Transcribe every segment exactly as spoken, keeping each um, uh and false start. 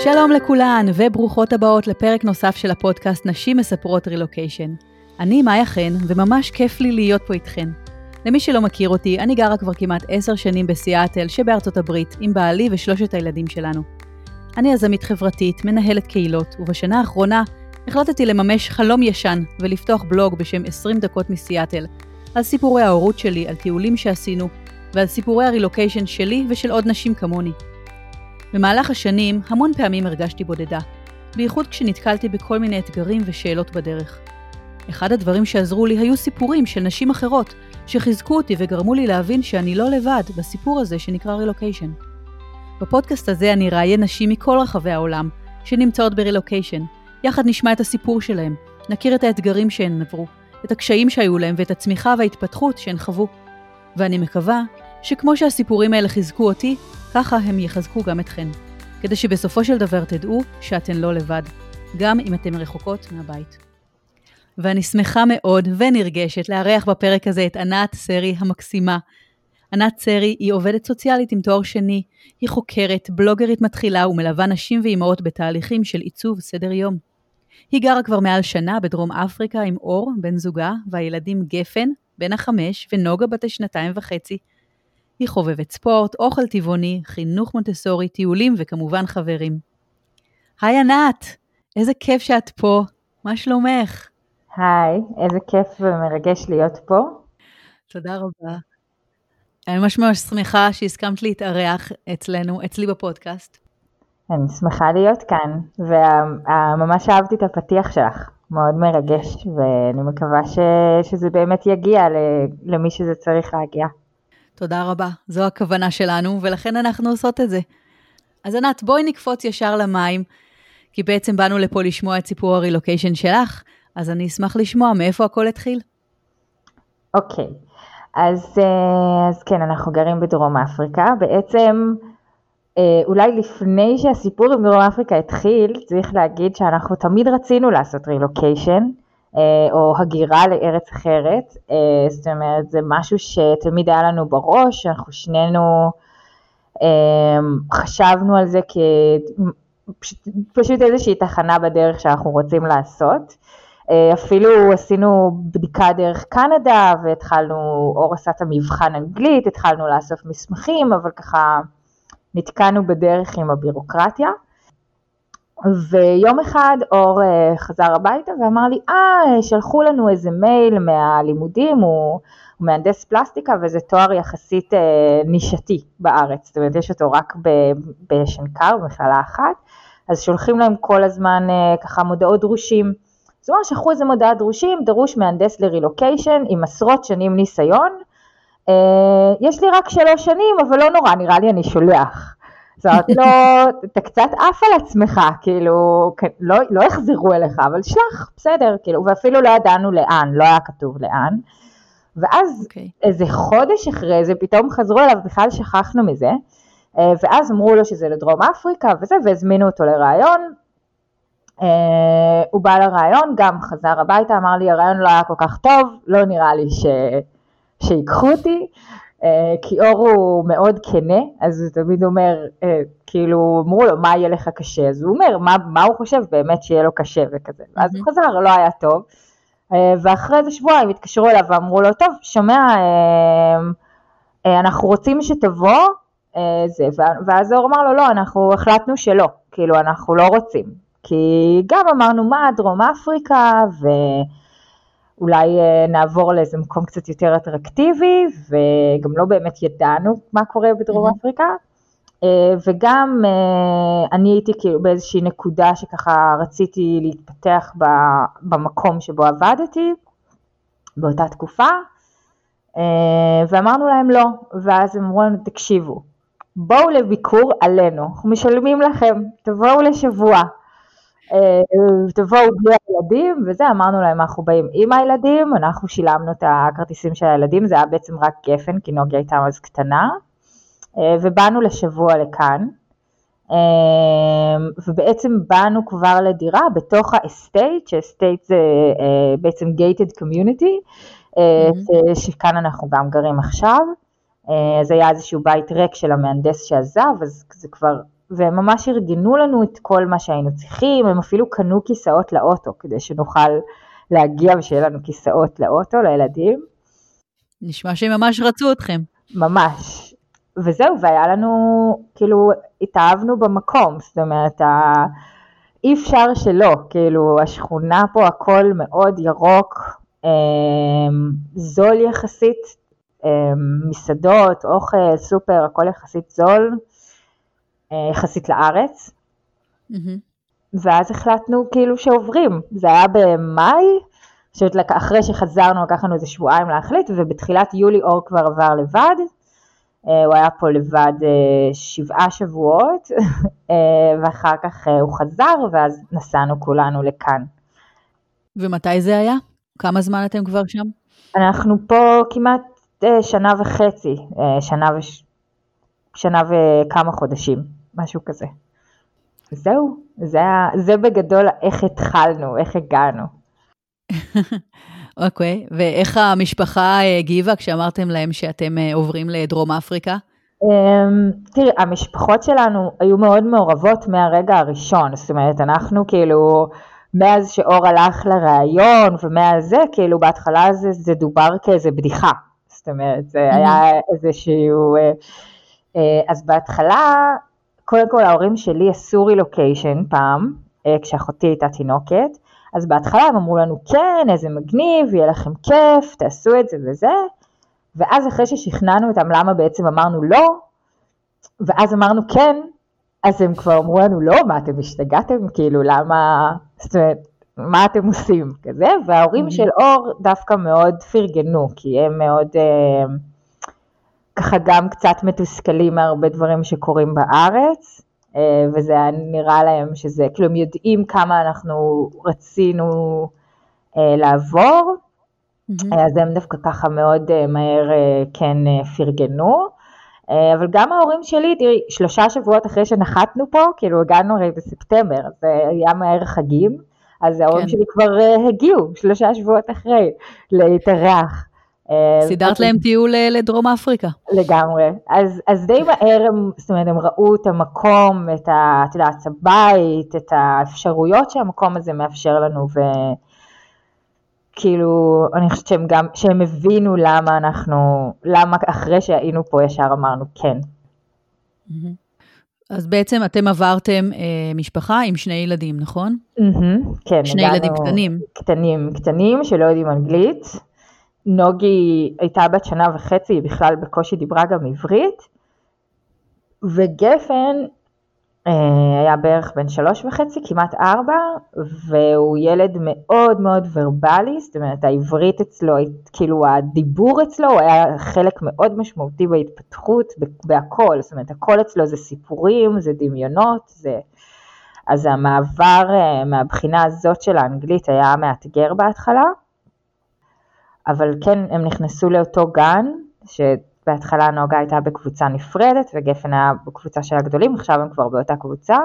שלום לכולן וברוכות הבאות לפרק נוסף של הפודקאסט נשים מספרות רילוקיישן. אני מאיה חן וממש כיף לי להיות פה איתכן. למי שלא מכיר אותי, אני גרה כבר כמעט עשר שנים בסיאטל שבארצות הברית עם בעלי ושלושת הילדים שלנו. אני יזמית חברתית, מנהלת קהילות, ובשנה האחרונה החלטתי לממש חלום ישן ולפתוח בלוג בשם עשרים דקות מסיאטל, על סיפורי ההורות שלי, על טיולים שעשינו, ועל סיפורי הרילוקיישן שלי ושל עוד נשים כמוני. במהלך השנים המון פעמים הרגשתי בודדה, בייחוד כשנתקלתי בכל מיני אתגרים ושאלות בדרך. אחד הדברים שעזרו לי היו סיפורים של נשים אחרות, שחיזקו אותי וגרמו לי להבין שאני לא לבד בסיפור הזה שנקרא רילוקיישן. בפודקאסט הזה אני ראיין נשים מכל רחבי העולם שנמצאות ברילוקיישן. יחד נשמע את הסיפור שלהם, נכיר את האתגרים שהן עברו, את הקשיים שהיו להם ואת הצמיחה וההתפתחות שהן חוו. ואני מקווה שכמו שהסיפורים האלה חיזקו אותי, ככה הם יחזקו גם אתכן, כדי שבסופו של דבר תדעו שאתן לא לבד, גם אם אתן רחוקות מהבית. ואני שמחה מאוד ונרגשת לארח בפרק הזה את ענת סרי המקסימה. ענת סרי היא עובדת סוציאלית עם תואר שני, היא חוקרת, בלוגרית מתחילה ומלווה נשים ואימהות בתהליכים של עיצוב סדר יום. היא גרה כבר מעל שנה בדרום אפריקה עם אור, בן זוגה, והילדים גפן, בן החמש, ונוגה בת השנתיים וחצי. היא חובבת ספורט, אוכל טבעוני, חינוך מונטסורי, טיולים וכמובן חברים. היי ענת, איזה כיף שאת פה, מה שלומך? היי, איזה כיף ומרגש להיות פה. תודה רבה. אני ממש ממש שמחה שהסכמת להתארח אצלנו, אצלי בפודקאסט. אני שמחה להיות כאן, וממש אהבתי את הפתיח שלך, מאוד מרגש, ואני מקווה ש... שזה באמת יגיע למי שזה צריך להגיע. תודה רבה, זו הכוונה שלנו, ולכן אנחנו עושות את זה. אז ענת, בואי נקפוץ ישר למים, כי בעצם באנו לפה לשמוע את סיפור הרילוקיישן שלך, אז אני אשמח לשמוע מאיפה הכל התחיל. אוקיי, אז, אז כן, אנחנו גרים בדרום אפריקה, בעצם אולי לפני שהסיפור עם דרום אפריקה התחיל, צריך להגיד שאנחנו תמיד רצינו לעשות רילוקיישן, או הגירה לארץ אחרת, זאת אומרת, זה משהו שתמיד היה לנו בראש, אנחנו שנינו חשבנו על זה כפשוט איזושהי תחנה בדרך שאנחנו רוצים לעשות, אפילו עשינו בדיקה דרך קנדה, והתחלנו, אור עשה את המבחן אנגלית, התחלנו לאסוף מסמכים, אבל ככה נתקענו בדרך עם הבירוקרטיה, ויום אחד אור חזר הביתה ואמר לי, אה, שלחו לנו איזה מייל מהלימודים, הוא, הוא מהנדס פלסטיקה, וזה תואר יחסית נישתי בארץ, זאת אומרת, יש אותו רק בשנקר, במכללה אחת, אז שולחים להם כל הזמן ככה מודעות דרושים, זאת אומרת, שלחו איזה מודעת דרושים, דרוש מהנדס לרילוקיישן, עם עשרות שנים ניסיון, יש לי רק שלוש שנים, אבל לא נורא, נראה לי אני שולח. זאת אומרת, לא, אתה קצת עף על עצמך, כאילו, לא, לא יחזרו אליך, אבל שלח, בסדר, כאילו, ואפילו לא ידענו לאן, לא היה כתוב לאן. ואז okay. איזה חודש אחרי זה, פתאום חזרו אליו, בכלל שכחנו מזה, ואז אמרו לו שזה לדרום אפריקה וזה, והזמינו אותו לרעיון. הוא בא לרעיון, גם חזר הביתה, אמר לי, הרעיון לא היה כל כך טוב, לא נראה לי ש... שיקחו אותי, כי אור הוא מאוד כנה, אז הוא תמיד אומר, כאילו, אמרו לו, מה יהיה לך קשה? אז הוא אומר, מה, מה הוא חושב באמת שיהיה לו קשה וכזה. אז הוא חזר, לא היה טוב, ואחרי איזה שבועיים התקשרו אליו ואמרו לו, טוב, שומע, אנחנו רוצים שתבוא, זה, ואז אור אמר לו, לא, אנחנו החלטנו שלא, כאילו, אנחנו לא רוצים, כי גם אמרנו, מה, דרום אפריקה, ו... אולי נעבור לאיזה מקום קצת יותר אטרקטיבי, וגם לא באמת ידענו מה קורה בדרום mm-hmm. אפריקה, וגם אני הייתי כאילו באיזושהי נקודה שככה רציתי להתפתח במקום שבו עבדתי, באותה תקופה, ואמרנו להם לא, ואז הם אמרו לנו, תקשיבו, בואו לביקור עלינו, אנחנו משלמים לכם, תבואו לשבוע, תבואו בלי הילדים, וזה אמרנו להם, אנחנו באים עם הילדים, אנחנו שילמנו את הכרטיסים של הילדים, זה היה בעצם רק גפן, כי נוגה הייתה אז קטנה, ובאנו לשבוע לכאן, ובעצם באנו כבר לדירה בתוך האסטייט, שהאסטייט זה בעצם gated community, שכאן אנחנו גם גרים עכשיו, זה היה איזשהו בית ריק של המהנדס שעזב, אז זה כבר והם ממש ארגנו לנו את כל מה שהיינו צריכים, הם אפילו קנו כיסאות לאוטו, כדי שנוכל להגיע ושיהיה לנו כיסאות לאוטו, לילדים. נשמע שהם ממש רצו אתכם. ממש. וזהו, והיה לנו, כאילו, התאהבנו במקום, זאת אומרת, אי אפשר שלא, כאילו, השכונה פה הכל מאוד ירוק, זול יחסית, מסעדות, אוכל, סופר, הכל יחסית זול, יחסית לארץ. ואז החלטנו כאילו שעוברים, זה היה במאי, אחרי שחזרנו לקח לנו איזה שבועיים להחליט, ובתחילת יולי אור כבר עבר לבד, הוא היה פה לבד שבעה שבועות, ואחר כך הוא חזר, ואז נסענו כולנו לכאן. ומתי זה היה? כמה זמן אתם כבר שם? אנחנו פה כמעט שנה וחצי, שנה, וש... שנה וכמה חודשים, משהו כזה. זהו, זה, זה בגדול איך התחלנו, איך הגענו. אוקיי, okay. ואיך המשפחה הגיבה כשאמרתם להם שאתם עוברים לדרום אפריקה? תראי, המשפחות שלנו היו מאוד מעורבות מהרגע הראשון, זאת אומרת, אנחנו כאילו, מאז שאור הלך לראיון ומאז זה, כאילו בהתחלה זה, זה דובר כאיזה בדיחה, זאת אומרת, זה mm-hmm. היה איזשהו, אז בהתחלה, קודם כל ההורים שלי עשו רילוקיישן פעם, כשאחותי הייתה תינוקת, אז בהתחלה הם אמרו לנו, כן, איזה מגניב, יהיה לכם כיף, תעשו את זה וזה, ואז אחרי ששכנענו אותם למה בעצם אמרנו לא, ואז אמרנו כן, אז הם כבר אמרו לנו לא, מה אתם השתגעתם, כאילו למה, זאת אומרת, מה אתם עושים כזה, וההורים של אור דווקא מאוד פרגנו, כי הם מאוד אה, ככה גם קצת מתוסכלים מהרבה דברים שקורים בארץ, וזה נראה להם שזה, כאילו הם יודעים כמה אנחנו רצינו אה, לעבור, mm-hmm. אז הם דווקא ככה מאוד אה, מהר אה, כן אה, פרגנו, אה, אבל גם ההורים שלי, תראי, שלושה שבועות אחרי שנחתנו פה, כאילו הגענו הרי בספטמבר, זה היה מהר חגים, אז ההורים כן. שלי כבר אה, הגיעו, שלושה שבועות אחרי, להתארח. סידרת להם טיול לדרום אפריקה. לגמרי. אז, אז די מהר הם, זאת אומרת, הם ראו את המקום, את ה, את יודעת, הבית, את האפשרויות שהמקום הזה מאפשר לנו, וכאילו, אני חושבת שהם גם, שהם הבינו למה אנחנו, למה אחרי שהיינו פה ישר אמרנו כן. אז בעצם אתם עברתם אה, משפחה עם שני ילדים, נכון? כן. שני ילדים קטנים. קטנים, קטנים שלא יודעים אנגלית. נוגי הייתה בת שנה וחצי, היא בכלל בקושי דיברה גם עברית, וגפן אה, היה בערך בן שלוש וחצי, כמעט ארבע, והוא ילד מאוד מאוד ורבלי, זאת אומרת העברית אצלו, כאילו הדיבור אצלו, הוא היה חלק מאוד משמעותי בהתפתחות, בהכל, זאת אומרת הכל אצלו זה סיפורים, זה דמיונות, זה... אז המעבר אה, מהבחינה הזאת של האנגלית היה מאתגר בהתחלה, אבל כן, הם נכנסו לאותו גן, שבהתחלה נוגה הייתה בקבוצה נפרדת, וגפן היה בקבוצה של הגדולים, עכשיו הם כבר באותה קבוצה.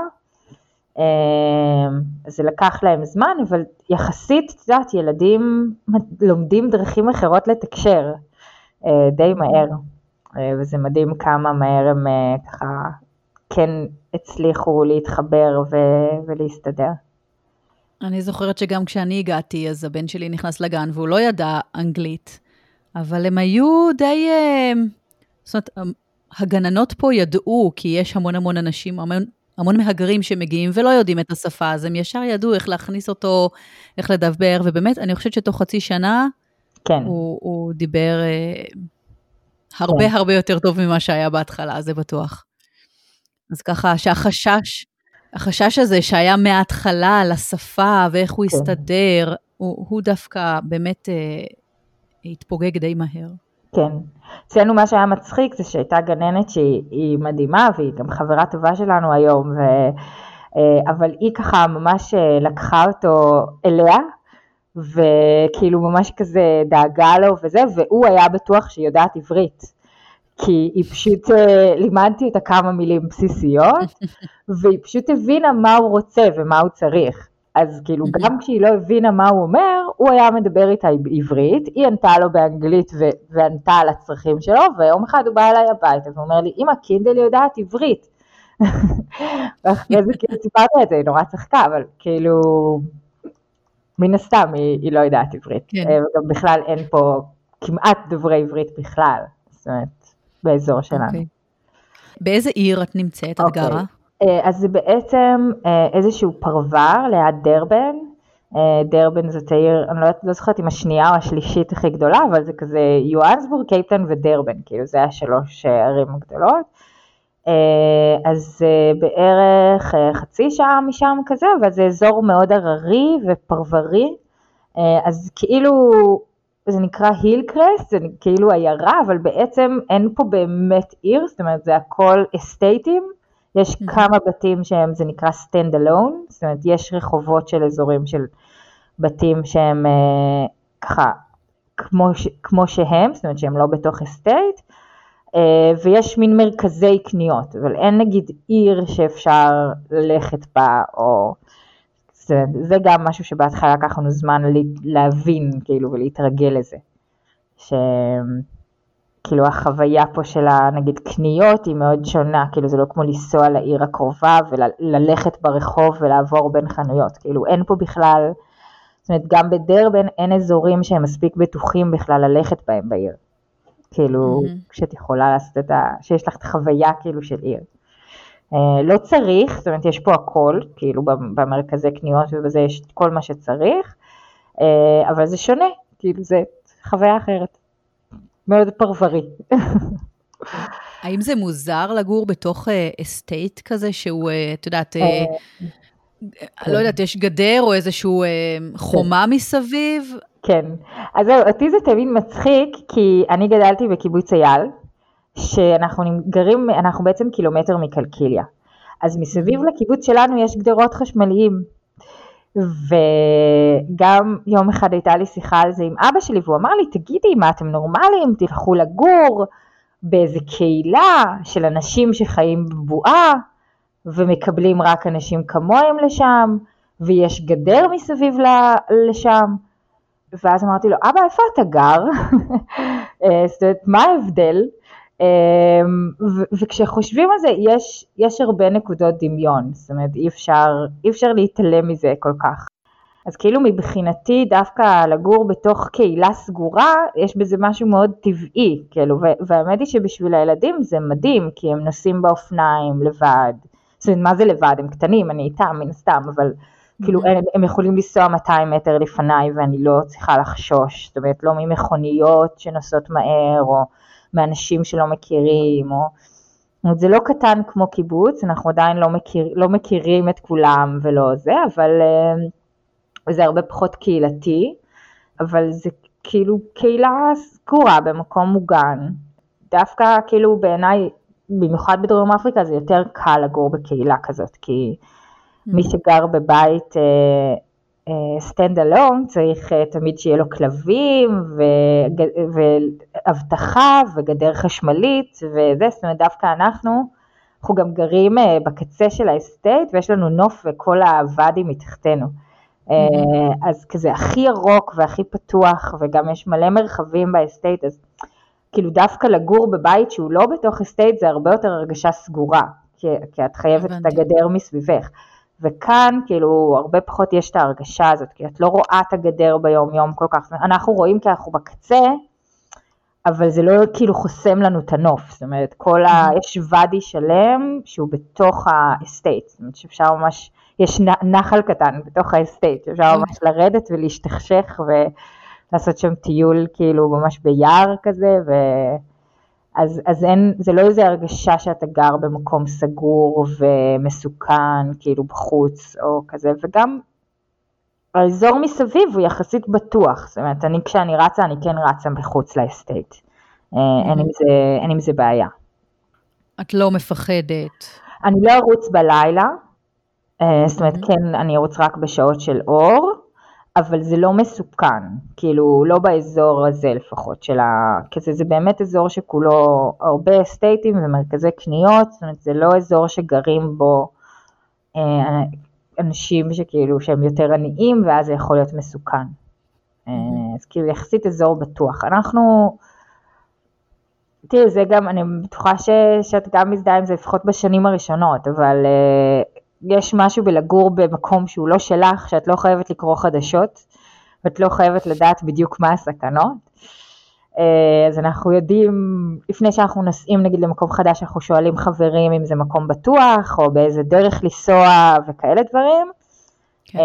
זה לקח להם זמן, אבל יחסית, את יודעת, ילדים לומדים דרכים אחרות לתקשר, די מהר, וזה מדהים כמה מהר הם ככה כן הצליחו להתחבר ולהסתדר. אני זוכרת שגם כשאני הגעתי, אז הבן שלי נכנס לגן, והוא לא ידע אנגלית, אבל הם היו די, זאת אומרת, הגננות פה ידעו, כי יש המון המון אנשים, המון, המון מהגרים שמגיעים ולא יודעים את השפה, אז הם ישר ידעו איך להכניס אותו, איך לדבר, ובאמת, אני חושבת שתוך חצי שנה, כן. הוא, הוא דיבר הרבה כן. הרבה יותר טוב ממה שהיה בהתחלה, זה בטוח. אז ככה שהחשש, החשש הזה שהיה מההתחלה על השפה ואיך הוא יסתדר, הוא, הוא דווקא באמת אה, התפוגג די מהר. כן. אצלנו מה שהיה מצחיק זה שהייתה גננת שהיא מדהימה, והיא גם חברה טובה שלנו היום, ו, אה, אבל היא ככה ממש לקחה אותו אליה, וכאילו ממש כזה דאגה לו וזה, והוא היה בטוח שהיא יודעת עברית. כי היא פשוט, לימדתי אותה כמה מילים בסיסיות, והיא פשוט הבינה מה הוא רוצה ומה הוא צריך. אז כאילו גם כשהיא לא הבינה מה הוא אומר, הוא היה מדבר איתה בעברית, היא ענתה לו באנגלית וענתה על הצרכים שלו, ויום אחד הוא בא אליי הביתה, והוא אומר לי, אמא, קינדל יודעת עברית. ואחרי זה כאילו סיפרתי את זה, היא נורא צחקה, אבל כאילו, מן הסתם היא, היא לא יודעת עברית. כן. וגם בכלל אין פה כמעט דוברי עברית בכלל, זאת אומרת, באזור שלנו. Okay. באיזה עיר את נמצאת, את okay. גרה? אז זה בעצם איזשהו פרבר ליד דרבן, דרבן זאת העיר, אני לא, לא זוכרת אם השנייה או השלישית הכי גדולה, אבל זה כזה יואנסבורג, קייפטאון ודרבן, כאילו זה השלוש ערים הגדולות, אז בערך חצי שעה משם כזה, אבל זה אזור מאוד הררי ופרברי, אז כאילו זה נקרא הילקרסט, זה כאילו עיירה, אבל בעצם אין פה באמת עיר, זאת אומרת זה הכל אסטייטים, יש mm-hmm. כמה בתים שהם, זה נקרא stand alone, זאת אומרת, יש רחובות של אזורים של בתים שהם אה, ככה, כמו, כמו שהם, זאת אומרת שהם לא בתוך אסטייט, אה, ויש מין מרכזי קניות, אבל אין נגיד עיר שאפשר ללכת בה, או זה, זה גם משהו שבהתחלה לקח לנו זמן להבין, כאילו, ולהתרגל לזה, ש... כאילו החוויה פה של נגיד קניות היא מאוד שונה, כאילו זה לא כמו לנסוע לעיר הקרובה וללכת ברחוב ולעבור בין חנויות, כאילו אין פה בכלל, זאת אומרת גם בדרבן אין אזורים שהם מספיק בטוחים בכלל ללכת בהם בעיר, כאילו mm-hmm. כשאת יכולה לעשות את ה... שיש לך את החוויה כאילו של עיר. לא צריך, זאת אומרת יש פה הכל, כאילו במרכזי קניות ובזה יש כל מה שצריך, אבל זה שונה, כאילו זה חוויה אחרת. מאוד פרברי. האם זה מוזר לגור בתוך אסטייט כזה שהוא, את יודעת, לא יודעת, יש גדר או איזשהו חומה מסביב? כן, אז זהו, אותי זה תמיד מצחיק, כי אני גדלתי בקיבוץ אייל, שאנחנו גרים, אנחנו בעצם קילומטר מקלקיליה, אז מסביב לקיבוץ שלנו יש גדרות חשמליים, וגם יום אחד הייתה לי שיחה על זה עם אבא שלי, והוא אמר לי, תגידי, מה אתם נורמליים, תלכו לגור באיזה קהילה של אנשים שחיים בבועה, ומקבלים רק אנשים כמוהם לשם, ויש גדר מסביב לשם, ואז אמרתי לו, אבא, איפה אתה גר? זאת אומרת, מה ההבדל? וכשחושבים על זה, יש, יש הרבה נקודות דמיון, זאת אומרת, אי אפשר, אי אפשר להתעלם מזה כל כך. אז כאילו מבחינתי, דווקא לגור בתוך קהילה סגורה, יש בזה משהו מאוד טבעי, כאילו, והאמת היא שבשביל הילדים זה מדהים, כי הם נוסעים באופניים לבד, זאת אומרת, מה זה לבד? הם קטנים, אני איתם, מן הסתם, אבל כאילו, הם, הם יכולים לנסוע מאתיים מטר לפניי, ואני לא צריכה לחשוש, זאת אומרת, לא ממכוניות שנוסעות מהר, או מאנשים שלא מכירים, או... זה לא קטן כמו קיבוץ, אנחנו עדיין לא, מכיר, לא מכירים את כולם ולא זה, אבל uh, זה הרבה פחות קהילתי, אבל זה כאילו קהילה סגורה במקום מוגן, דווקא כאילו בעיניי, במיוחד בדרום אפריקה, זה יותר קל לגור בקהילה כזאת, כי mm-hmm. מי שגר בבית... Uh, סטנד אלון, צריך תמיד שיהיה לו כלבים והבטחה וגדר חשמלית וזה, זאת אומרת דווקא אנחנו, אנחנו גם גרים בקצה של האסטייט ויש לנו נוף וכל הוואדים מתחתנו, mm-hmm. אז כזה הכי ירוק והכי פתוח וגם יש מלא מרחבים באסטייט, אז כאילו דווקא לגור בבית שהוא לא בתוך אסטייט זה הרבה יותר הרגשה סגורה, כי, כי את חייבת את הגדר מסביבך. וכאן כאילו הרבה פחות יש את ההרגשה הזאת, כי את לא רואה את הגדר ביום יום כל כך, אנחנו רואים כי אנחנו בקצה, אבל זה לא כאילו חוסם לנו את הנוף, זאת אומרת, כל ה... יש ודי שלם שהוא בתוך האסטייט, זאת אומרת שאפשר ממש, יש נחל קטן בתוך האסטייט, אפשר ממש לרדת ולהשתכשך ולעשות שם טיול כאילו ממש ביער כזה, ו... אז, אז אין, זה לא איזו הרגשה שאתה גר במקום סגור ומסוכן, כאילו בחוץ או כזה, וגם האזור מסביב הוא יחסית בטוח, זאת אומרת, אני, כשאני רצה, אני כן רצה בחוץ לאסטייט, mm-hmm. אין עם זה, אין עם זה בעיה. את לא מפחדת? אני לא ארוץ בלילה, זאת אומרת, mm-hmm. כן, אני ארוץ רק בשעות של אור, אבל זה לא מסוכן, כאילו לא באזור הזה לפחות של ה... כזה זה באמת אזור שכולו הרבה סטייטים ומרכזי קניות, זאת אומרת זה לא אזור שגרים בו אה, אנשים שכאילו שהם יותר עניים ואז זה יכול להיות מסוכן. אה, אז כאילו יחסית אזור בטוח. אנחנו תראי, זה גם, אני בטוחה ש, שאת גם מזדהה עם זה לפחות בשנים הראשונות, אבל uh, יש משהו בלגור במקום שהוא לא שלך, שאת לא חייבת לקרוא חדשות, ואת לא חייבת לדעת בדיוק מה הסכנות. Uh, אז אנחנו יודעים, לפני שאנחנו נוסעים נגיד למקום חדש, אנחנו שואלים חברים אם זה מקום בטוח, או באיזה דרך לנסוע וכאלה דברים. כן.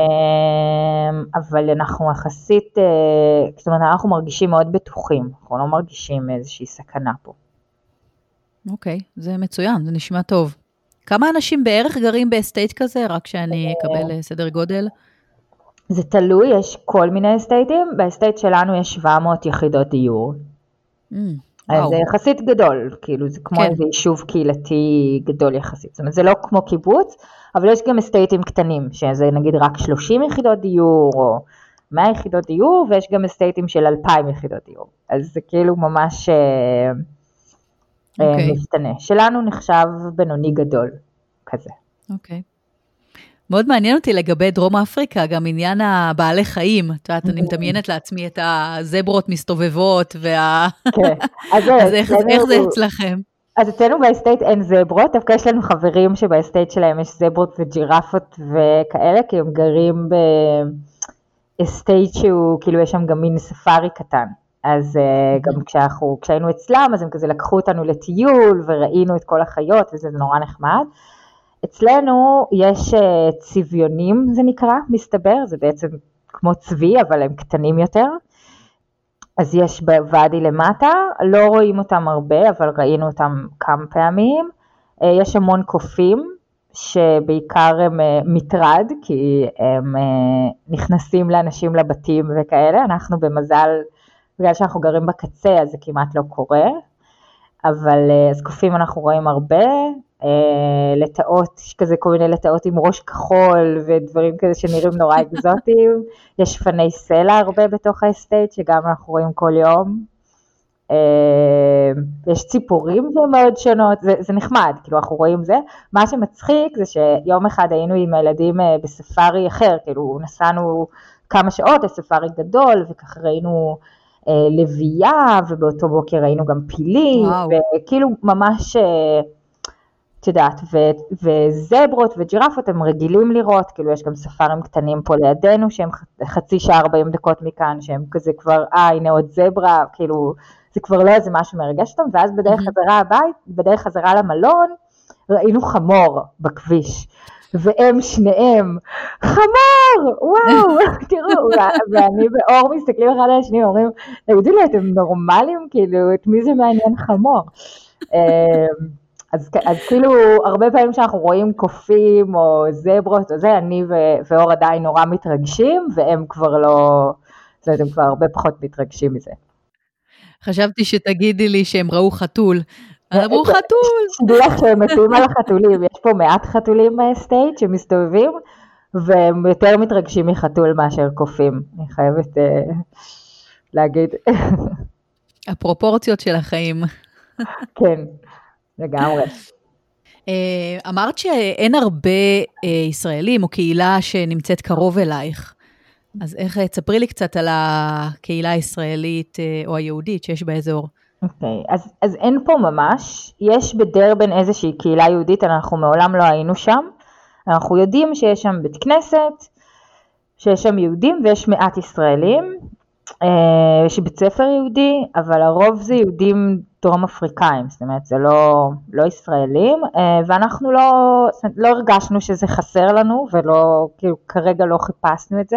אבל אנחנו יחסית, זאת אומרת, אנחנו מרגישים מאוד בטוחים, אנחנו לא מרגישים איזושהי סכנה פה. אוקיי, זה מצוין, זה נשמע טוב. כמה אנשים בערך גרים באסטייט כזה, רק שאני אקבל סדר גודל? זה תלוי, יש כל מיני אסטייטים, באסטייט שלנו יש שבע מאות יחידות דיור. אז זה יחסית גדול, כאילו זה כמו איזה יישוב קהילתי גדול יחסית, זאת אומרת זה לא כמו קיבוץ, אבל יש גם אסטייטים קטנים, שזה נגיד רק שלושים יחידות דיור, או מאה יחידות דיור, ויש גם אסטייטים של אלפיים יחידות דיור, אז זה כאילו ממש okay. משתנה. שלנו נחשב בינוני גדול, כזה. אוקיי. Okay. מאוד מעניין אותי לגבי דרום אפריקה, גם עניין הבעלי חיים, את יודעת, אני מדמיינת לעצמי את הזברות מסתובבות, וה... כן. אז איך זה אצלכם? אז אצלנו באסטייט אין זברות, דווקא יש לנו חברים שבאסטייט שלהם יש זברות וג'ירפות וכאלה, כי הם גרים באסטייט שהוא, כאילו יש שם גם מין ספארי קטן, אז גם כשאנחנו, כשהיינו אצלם, אז הם כזה לקחו אותנו לטיול, וראינו את כל החיות, וזה נורא נחמד. אצלנו יש צביונים, זה נקרא, מסתבר, זה בעצם כמו צבי, אבל הם קטנים יותר. אז יש בוואדי למטה, לא רואים אותם הרבה, אבל ראינו אותם כמה פעמים. יש המון קופים, שבעיקר הם מטרד, כי הם נכנסים לאנשים לבתים וכאלה. אנחנו במזל, בגלל שאנחנו גרים בקצה, אז זה כמעט לא קורה. אבל אז קופים אנחנו רואים הרבה, לטאות, יש כזה כל מיני לטאות עם ראש כחול ודברים כזה שנראים נורא אקזוטיים, יש פני סלע הרבה בתוך האסטייט שגם אנחנו רואים כל יום, יש ציפורים מאוד שונות, זה, זה נחמד, כאילו אנחנו רואים זה, מה שמצחיק זה שיום אחד היינו עם הילדים בספארי אחר, כאילו נסענו כמה שעות לספארי גדול וכך ראינו לוויה ובאותו בוקר ראינו גם פילים, וואו. וכאילו ממש... את יודעת, וזברות וג'ירפות הם רגילים לראות, כאילו יש גם ספארים קטנים פה לידינו, שהם חצי שעה ארבעים דקות מכאן, שהם כזה כבר, אה, הנה עוד זברה, כאילו, זה כבר לא איזה משהו מרגש אותם, ואז בדרך חזרה הבית, בדרך חזרה למלון, ראינו חמור בכביש, והם שניהם, חמור, וואו, תראו, ואני ואור מסתכלים אחד על השני, אומרים, תגידו לי, אתם נורמליים, כאילו, את מי זה מעניין חמור? אז, אז כאילו הרבה פעמים שאנחנו רואים קופים או זברות או זה, אני ו- ואור עדיין נורא מתרגשים, והם כבר לא, זאת אומרת, הם כבר הרבה פחות מתרגשים מזה. חשבתי שתגידי לי שהם ראו חתול. אמרו חתול. שתדעי לך שהם מתאים על החתולים, יש פה מעט חתולים באסטייט שמסתובבים, והם יותר מתרגשים מחתול מאשר קופים, אני חייבת uh, להגיד. הפרופורציות של החיים. כן. לגמרי. אמרת שאין הרבה ישראלים או קהילה שנמצאת קרוב אלייך, אז איך, תספרי לי קצת על הקהילה הישראלית או היהודית שיש באזור. אוקיי, אז, אז אין פה ממש, יש בדרבן איזושהי קהילה יהודית, אנחנו מעולם לא היינו שם, אנחנו יודעים שיש שם בית כנסת, שיש שם יהודים ויש מעט ישראלים, יש בית ספר יהודי, אבל הרוב זה יהודים דרום אפריקאים, זאת אומרת, זה לא, לא ישראלים, ואנחנו לא, לא הרגשנו שזה חסר לנו, ולא, כאילו, כרגע לא חיפשנו את זה.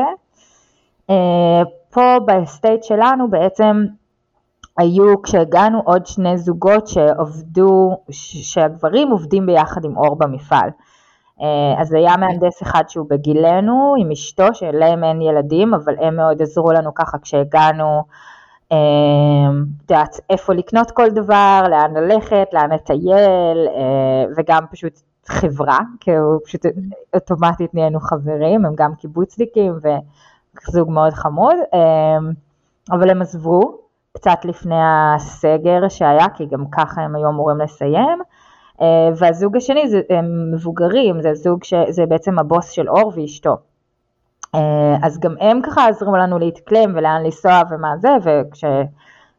פה באסטייט שלנו בעצם היו, כשהגענו עוד שני זוגות שעובדו, שהגברים עובדים ביחד עם אור במפעל. אז היה מהנדס אחד שהוא בגילנו, עם אשתו, שלהם אין ילדים, אבל הם מאוד עזרו לנו ככה כשהגענו, יודעת, איפה לקנות כל דבר, לאן ללכת, לאן לטייל, וגם פשוט חברה, כי הוא פשוט אוטומטית נהיינו חברים, הם גם קיבוצניקים וזוג מאוד חמוד, אבל הם עזבו קצת לפני הסגר שהיה, כי גם ככה הם היו אמורים לסיים, והזוג השני זה הם מבוגרים, זה זוג שזה בעצם הבוס של אור ואשתו. אז גם הם ככה עזרו לנו להתקלם ולאן לנסוע ומה זה, וכש,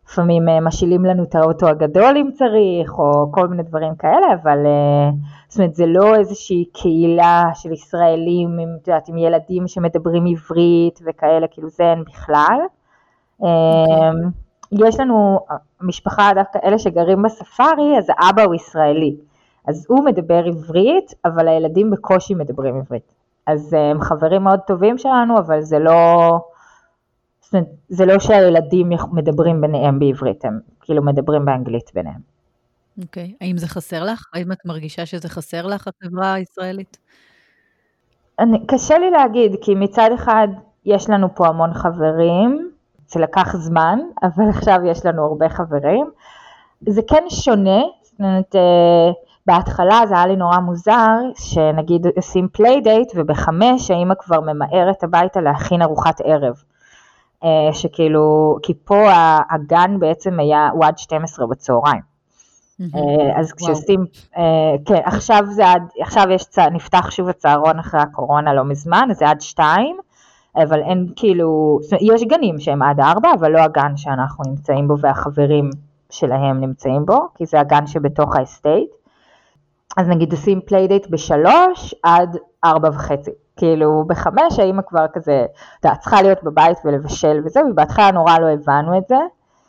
לפעמים משילים לנו את האוטו הגדול אם צריך, או כל מיני דברים כאלה, אבל זאת אומרת, זה לא איזושהי קהילה של ישראלים, עם, יודעת, עם ילדים שמדברים עברית וכאלה, כאילו זה אין בכלל. Okay. יש לנו משפחה, דווקא אלה שגרים בספארי, אז האבא הוא ישראלי, אז הוא מדבר עברית, אבל הילדים בקושי מדברים עברית. אז הם חברים מאוד טובים שלנו, אבל זה לא, זה לא שהילדים מדברים ביניהם בעברית, הם כאילו מדברים באנגלית ביניהם. אוקיי, okay. האם זה חסר לך? האם את מרגישה שזה חסר לך, החברה הישראלית? אני, קשה לי להגיד, כי מצד אחד יש לנו פה המון חברים, זה לקח זמן, אבל עכשיו יש לנו הרבה חברים. זה כן שונה, זאת אומרת, בהתחלה זה היה לי נורא מוזר, שנגיד עושים פליידייט, ובחמש האמא כבר ממהרת הביתה להכין ארוחת ערב. שכאילו, כי פה הגן בעצם היה, הוא עד שתים עשרה בצהריים. אז כשעושים, כן, עכשיו זה עד, עכשיו יש, נפתח שוב הצהרון אחרי הקורונה לא מזמן, אז זה עד שתיים, אבל אין כאילו, יש גנים שהם עד ארבע, אבל לא הגן שאנחנו נמצאים בו והחברים שלהם נמצאים בו, כי זה הגן שבתוך האסטייט. אז נגיד עושים פליידייט בשלוש עד ארבע וחצי. כאילו בחמש האמא כבר כזה, אתה צריכה להיות בבית ולבשל וזה, ובהתחלה נורא לא הבנו את זה.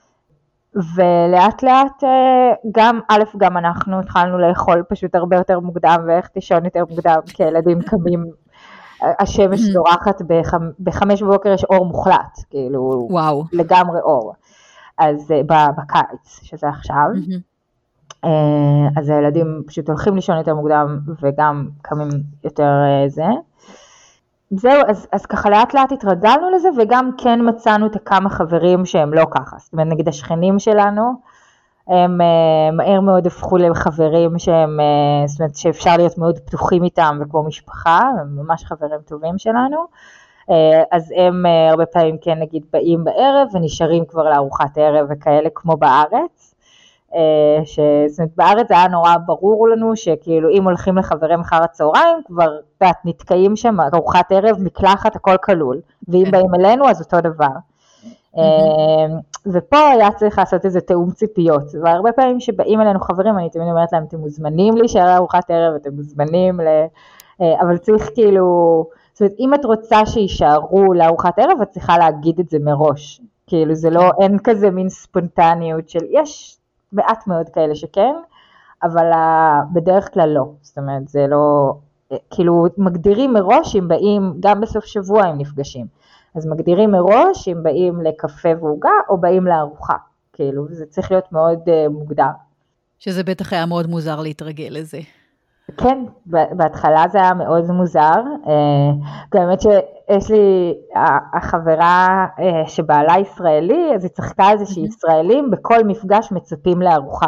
ולאט לאט גם, א', גם אנחנו התחלנו לאכול פשוט הרבה יותר מוקדם, ואיך תישון יותר מוקדם, כי ילדים קמים, השמש זורחת, בחמש בבוקר יש אור מוחלט, כאילו, וואו. לגמרי אור. אז בקיץ, שזה עכשיו, אז הילדים פשוט הולכים לישון יותר מוקדם, וגם קמים יותר זה. זהו, אז, אז ככה לאט לאט התרגלנו לזה, וגם כן מצאנו את כמה חברים שהם לא ככה. זאת אומרת, נגיד השכנים שלנו, הם מהר מאוד הפכו לחברים שהם, זאת אומרת, שאפשר להיות מאוד פתוחים איתם, וכמו משפחה, הם ממש חברים טובים שלנו. אז הם הרבה פעמים כן נגיד באים בערב, ונשארים כבר לארוחת ערב וכאלה כמו בארץ. זאת אומרת, בארץ זה היה נורא ברור לנו, שכאילו אם הולכים לחברים אחר הצהריים, כבר את נתקעים שם, ארוחת ערב, מקלחת, הכל כלול, ואם באים אלינו אז אותו דבר. ופה היה צריך לעשות איזה תאום ציפיות, והרבה פעמים שבאים אלינו חברים, אני תמיד אומרת להם, אתם מוזמנים להישאר לארוחת ערב, אתם מוזמנים, אבל צריך כאילו, זאת אומרת, אם את רוצה שישארו לארוחת ערב, את צריכה להגיד את זה מראש, כאילו זה לא, אין כזה מין ספונטניות של, יש מעט מאוד כאלה שכן, אבל בדרך כלל לא, זאת אומרת, זה לא, כאילו מגדירים מראש אם באים, גם בסוף שבוע הם נפגשים, אז מגדירים מראש אם באים לקפה ועוגה או באים לארוחה, כאילו זה צריך להיות מאוד uh, מוגדר. שזה בטח היה מאוד מוזר להתרגל לזה. כן, בהתחלה זה היה מאוד מוזר, גם באמת שיש לי החברה שבעלה ישראלי, אז היא צחקה על זה שישראלים בכל מפגש מצפים לארוחה.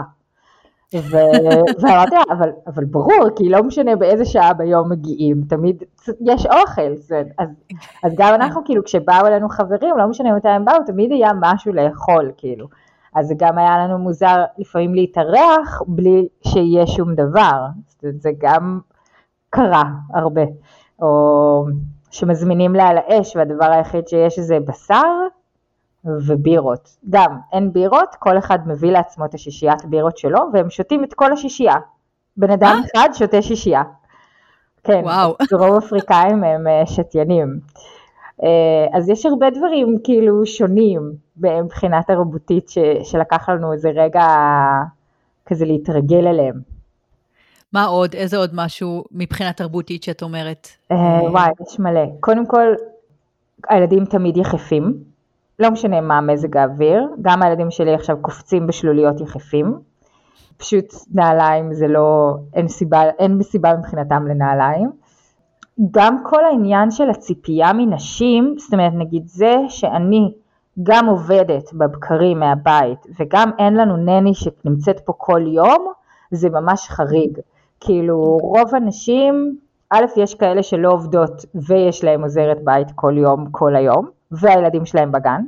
ואמרתי, אבל, אבל ברור, כי לא משנה באיזה שעה ביום מגיעים, תמיד יש אוכל, אז, אז גם אנחנו כאילו כשבאו אלינו חברים, לא משנה מתי הם באו, תמיד היה משהו לאכול כאילו. אז זה גם היה לנו מוזר לפעמים להתארח בלי שיהיה שום דבר, זה גם קרה הרבה, או שמזמינים לה על האש והדבר היחיד שיש זה בשר ובירות, גם אין בירות, כל אחד מביא לעצמו את השישיית בירות שלו, והם שותים את כל השישייה, בן אדם אחד שותה שישייה, כן, דרום אפריקאים הם שתיינים. אז יש הרבה דברים כאילו שונים מבחינה תרבותית ש, שלקח לנו איזה רגע כזה להתרגל אליהם. מה עוד? איזה עוד משהו מבחינה תרבותית שאת אומרת? וואי, יש מלא. קודם כל, הילדים תמיד יחפים, לא משנה מה מזג האוויר, גם הילדים שלי עכשיו קופצים בשלוליות יחפים, פשוט נעליים זה לא, אין סיבה, אין סיבה מבחינתם לנעליים. גם כל העניין של הציפייה מנשים, זאת אומרת נגיד זה שאני גם עובדת בבקרים מהבית, וגם אין לנו נני שנמצאת פה כל יום, זה ממש חריג. כאילו רוב הנשים, א' יש כאלה שלא עובדות, ויש להם עוזרת בית כל יום, כל היום, והילדים שלהם בגן.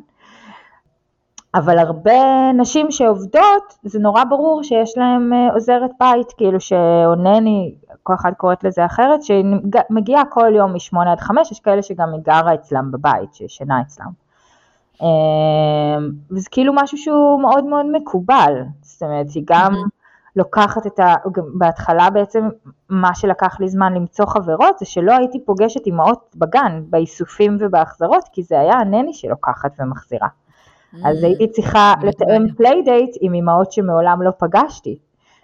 אבל הרבה נשים שעובדות, זה נורא ברור שיש להם עוזרת בית, כאילו שעונני, כל אחד קוראת לזה אחרת, שמגיעה כל יום משמונה עד חמש, יש כאלה שגם היא גרה אצלם בבית, שישנה אצלם. וזה כאילו משהו שהוא מאוד מאוד מקובל, זאת אומרת, היא גם לוקחת את ה... בהתחלה בעצם מה שלקח לי זמן למצוא חברות, זה שלא הייתי פוגשת אמהות בגן, באיסופים ובהחזרות, כי זה היה הנני שלוקחת ומחזירה. אז הייתי צריכה לתאם פליידייט עם אמהות שמעולם לא פגשתי,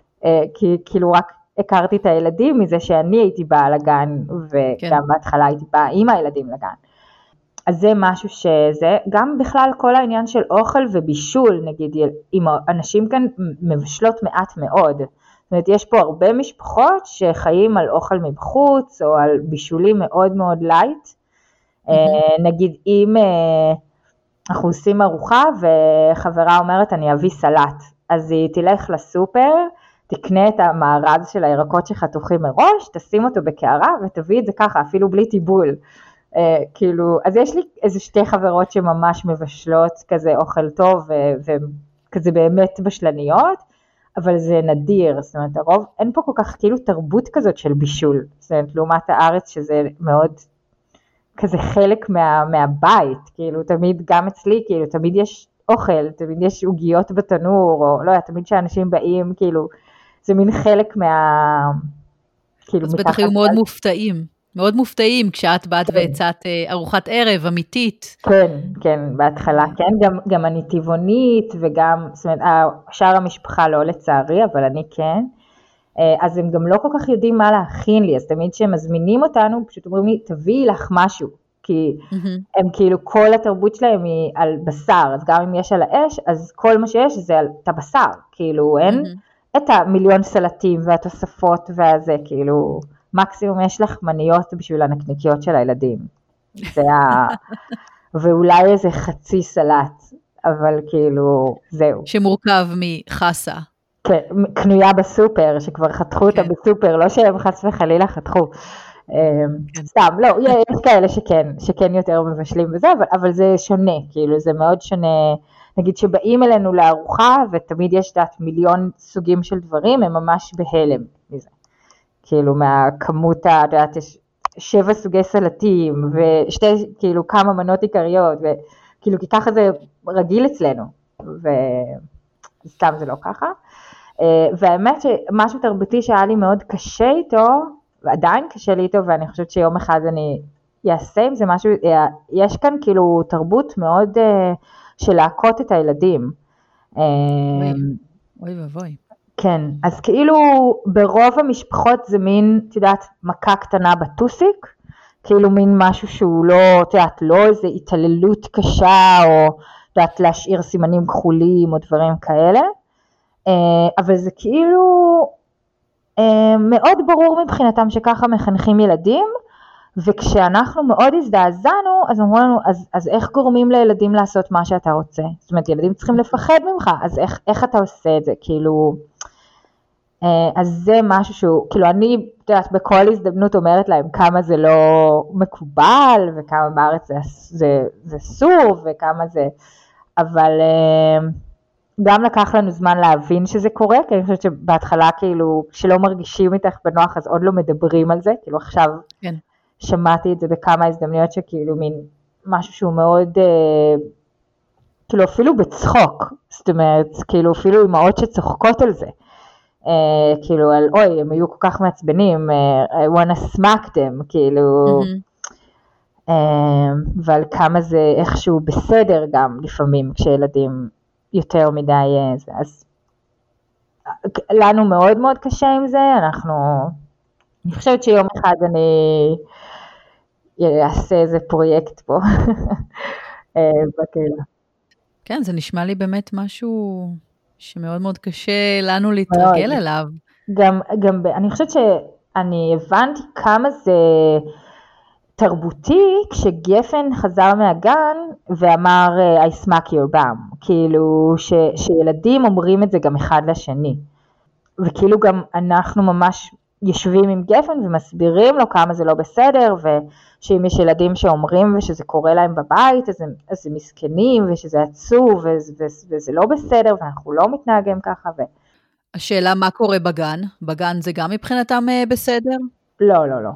כי כאילו רק הכרתי את הילדים מזה שאני הייתי באה לגן, וגם בהתחלה הייתי באה עם הילדים לגן. אז זה משהו שזה, גם בכלל כל העניין של אוכל ובישול, נגיד, אם אנשים כאן מבשלות מעט מאוד, זאת אומרת, יש פה הרבה משפחות שחיים על אוכל מבחוץ, או על בישולים מאוד מאוד לייט, mm-hmm. נגיד, אם אנחנו עושים ארוחה, וחברה אומרת, אני אביא סלט, אז היא תלך לסופר, תקנה את המארז של הירקות שחתוכים מראש, תשים אותו בקערה, ותביא את זה ככה, אפילו בלי טיבול, Uh, כאילו, אז יש לי איזה שתי חברות שממש מבשלות כזה אוכל טוב וכזה באמת בשלניות, אבל זה נדיר, זאת אומרת, הרוב, אין פה כל כך כאילו תרבות כזאת של בישול, זאת אומרת, לעומת הארץ שזה מאוד כזה חלק מה, מהבית, כאילו, תמיד גם אצלי, כאילו, תמיד יש אוכל, תמיד יש עוגיות בתנור, או לא, תמיד שאנשים באים, כאילו, זה מין חלק מה... כאילו, אז בטח היו מאוד מופתעים. מאוד מופתעים כשאת באת והצעת ארוחת ערב אמיתית. כן, כן, בהתחלה, כן, גם, גם אני טבעונית וגם, זאת אומרת, שאר המשפחה לא לצערי, אבל אני כן, אז הם גם לא כל כך יודעים מה להכין לי, אז תמיד שהם מזמינים אותנו, פשוט אומרים לי, תביאי לך משהו, כי הם כאילו, כל התרבות שלהם היא על בשר, אז גם אם יש על האש, אז כל מה שיש זה על את הבשר, כאילו, אין את המיליון סלטים והתוספות והזה, כאילו... מקסימום יש לך מניות בשביל הנקניקיות של הילדים. זה ה... ואולי איזה חצי סלט, אבל כאילו, זהו. שמורכב מחסה. כן, קנויה בסופר, שכבר חתכו אותה בסופר, לא שהם חס וחלילה חתכו. סתם, לא, יש כאלה שכן, שכן יותר מבשלים וזה, אבל, אבל זה שונה, כאילו, זה מאוד שונה. נגיד שבאים אלינו לארוחה, ותמיד יש דעת מיליון סוגים של דברים, הם ממש בהלם מזה. כאילו מהכמות, הדעת, יש שבע סוגי סלטים, ושתי, כאילו, כמה מנות עיקריות, וכאילו, כי ככה זה רגיל אצלנו, וסתם זה לא ככה. והאמת שמשהו תרבותי שהיה לי מאוד קשה איתו, ועדיין קשה לי איתו, ואני חושבת שיום אחד אני אעשה עם זה משהו, יש כאן כאילו תרבות מאוד של להכות את הילדים. אוי, אוי ובוי. כן, אז כאילו ברוב המשפחות זה מין, את יודעת, מכה קטנה בטוסיק, כאילו מין משהו שהוא לא, את יודעת, לא איזו התעללות קשה, או את יודעת, להשאיר סימנים כחולים או דברים כאלה, אבל זה כאילו מאוד ברור מבחינתם שככה מחנכים ילדים, וכשאנחנו מאוד הזדעזענו, אז אמרו לנו, אז, אז איך גורמים לילדים לעשות מה שאתה רוצה? זאת אומרת, ילדים צריכים לפחד ממך, אז איך, איך אתה עושה את זה? כאילו, אז זה משהו שהוא, כאילו אני, את יודעת, בכל הזדמנות אומרת להם כמה זה לא מקובל, וכמה בארץ זה, זה, זה סור, וכמה זה, אבל גם לקח לנו זמן להבין שזה קורה, כי אני חושבת שבהתחלה כאילו, שלא מרגישים איתך בנוח, אז עוד לא מדברים על זה, כאילו עכשיו, כן. שמעתי את זה בכמה הזדמנויות שכאילו מין משהו שהוא מאוד, אה, כאילו אפילו בצחוק, זאת אומרת, כאילו אפילו אמהות שצוחקות על זה, אה, כאילו על אוי, הם היו כל כך מעצבנים, אה, I wanna smack them, כאילו, mm-hmm. אה, ועל כמה זה איכשהו בסדר גם לפעמים, כשילדים יותר מדי אה, זה, אז לנו מאוד מאוד קשה עם זה, אנחנו, אני חושבת שיום אחד אני אעשה איזה פרויקט פה בקהילה. כן, זה נשמע לי באמת משהו שמאוד מאוד קשה לנו להתרגל אליו. גם, גם, אני חושבת שאני הבנתי כמה זה תרבותי, כשגפן חזר מהגן ואמר I smack your bum, כאילו ש, שילדים אומרים את זה גם אחד לשני, וכאילו גם אנחנו ממש יושבים עם גפן ומסבירים לו כמה זה לא בסדר, ושאם יש ילדים שאומרים ושזה קורה להם בבית, אז הם, אז הם מסכנים ושזה עצוב וזה, וזה לא בסדר, ואנחנו לא מתנהגים ככה. ו... השאלה מה קורה בגן? בגן זה גם מבחינתם בסדר? לא, לא, לא.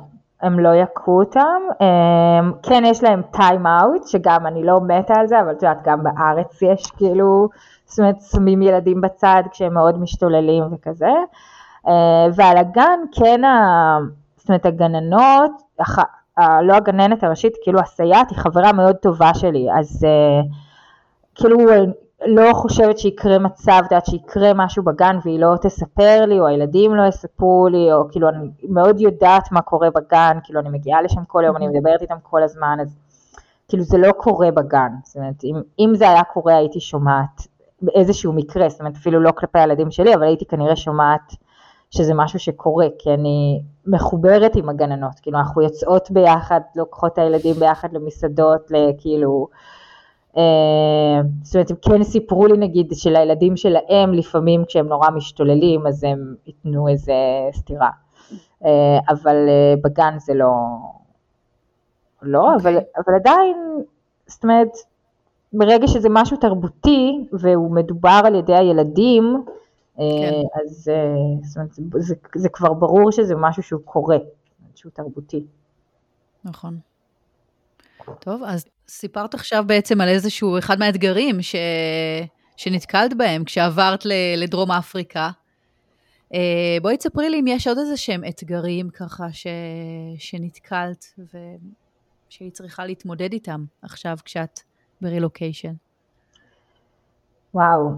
הם לא יקו אותם, כן יש להם טיים אאוט, שגם אני לא מתה על זה, אבל את יודעת, גם בארץ יש כאילו, זאת אומרת, שמים ילדים בצד כשהם מאוד משתוללים וכזה, ועל הגן כן, זאת אומרת, הגננות, לא הגננת הראשית, כאילו הסייעת היא חברה מאוד טובה שלי, אז כאילו לא חושבת שיקרה מצב, דעת שיקרה משהו בגן והיא לא תספר לי, או הילדים לא יספרו לי, או כאילו אני מאוד יודעת מה קורה בגן, כאילו אני מגיעה לשם כל יום, אני מדברת איתם כל הזמן, אז כאילו זה לא קורה בגן, זאת אומרת, אם, אם זה היה קורה הייתי שומעת באיזשהו מקרה, זאת אומרת אפילו לא כלפי הילדים שלי, אבל הייתי כנראה שומעת שזה משהו שקורה, כי אני מחוברת עם הגננות, כאילו אנחנו יוצאות ביחד, לוקחות את הילדים ביחד למסעדות, לכאילו, זאת אומרת, הם כן סיפרו לי נגיד של הילדים שלהם, לפעמים כשהם נורא משתוללים, אז הם ייתנו איזה סתירה, אבל בגן זה לא, לא, אבל, אבל עדיין, זאת אומרת, ברגע שזה משהו תרבותי, והוא מדובר על ידי הילדים, כן. אז זאת אומרת, זה, זה, זה כבר ברור שזה משהו שהוא קורה, שהוא תרבותי. נכון. טוב, אז סיפרת עכשיו בעצם על איזשהו אחד מהאתגרים ש... שנתקלת בהם כשעברת לדרום אפריקה. בואי תספרי לי אם יש עוד איזה שהם אתגרים ככה ש... שנתקלת ושהיא צריכה להתמודד איתם עכשיו כשאת ברילוקיישן. וואו,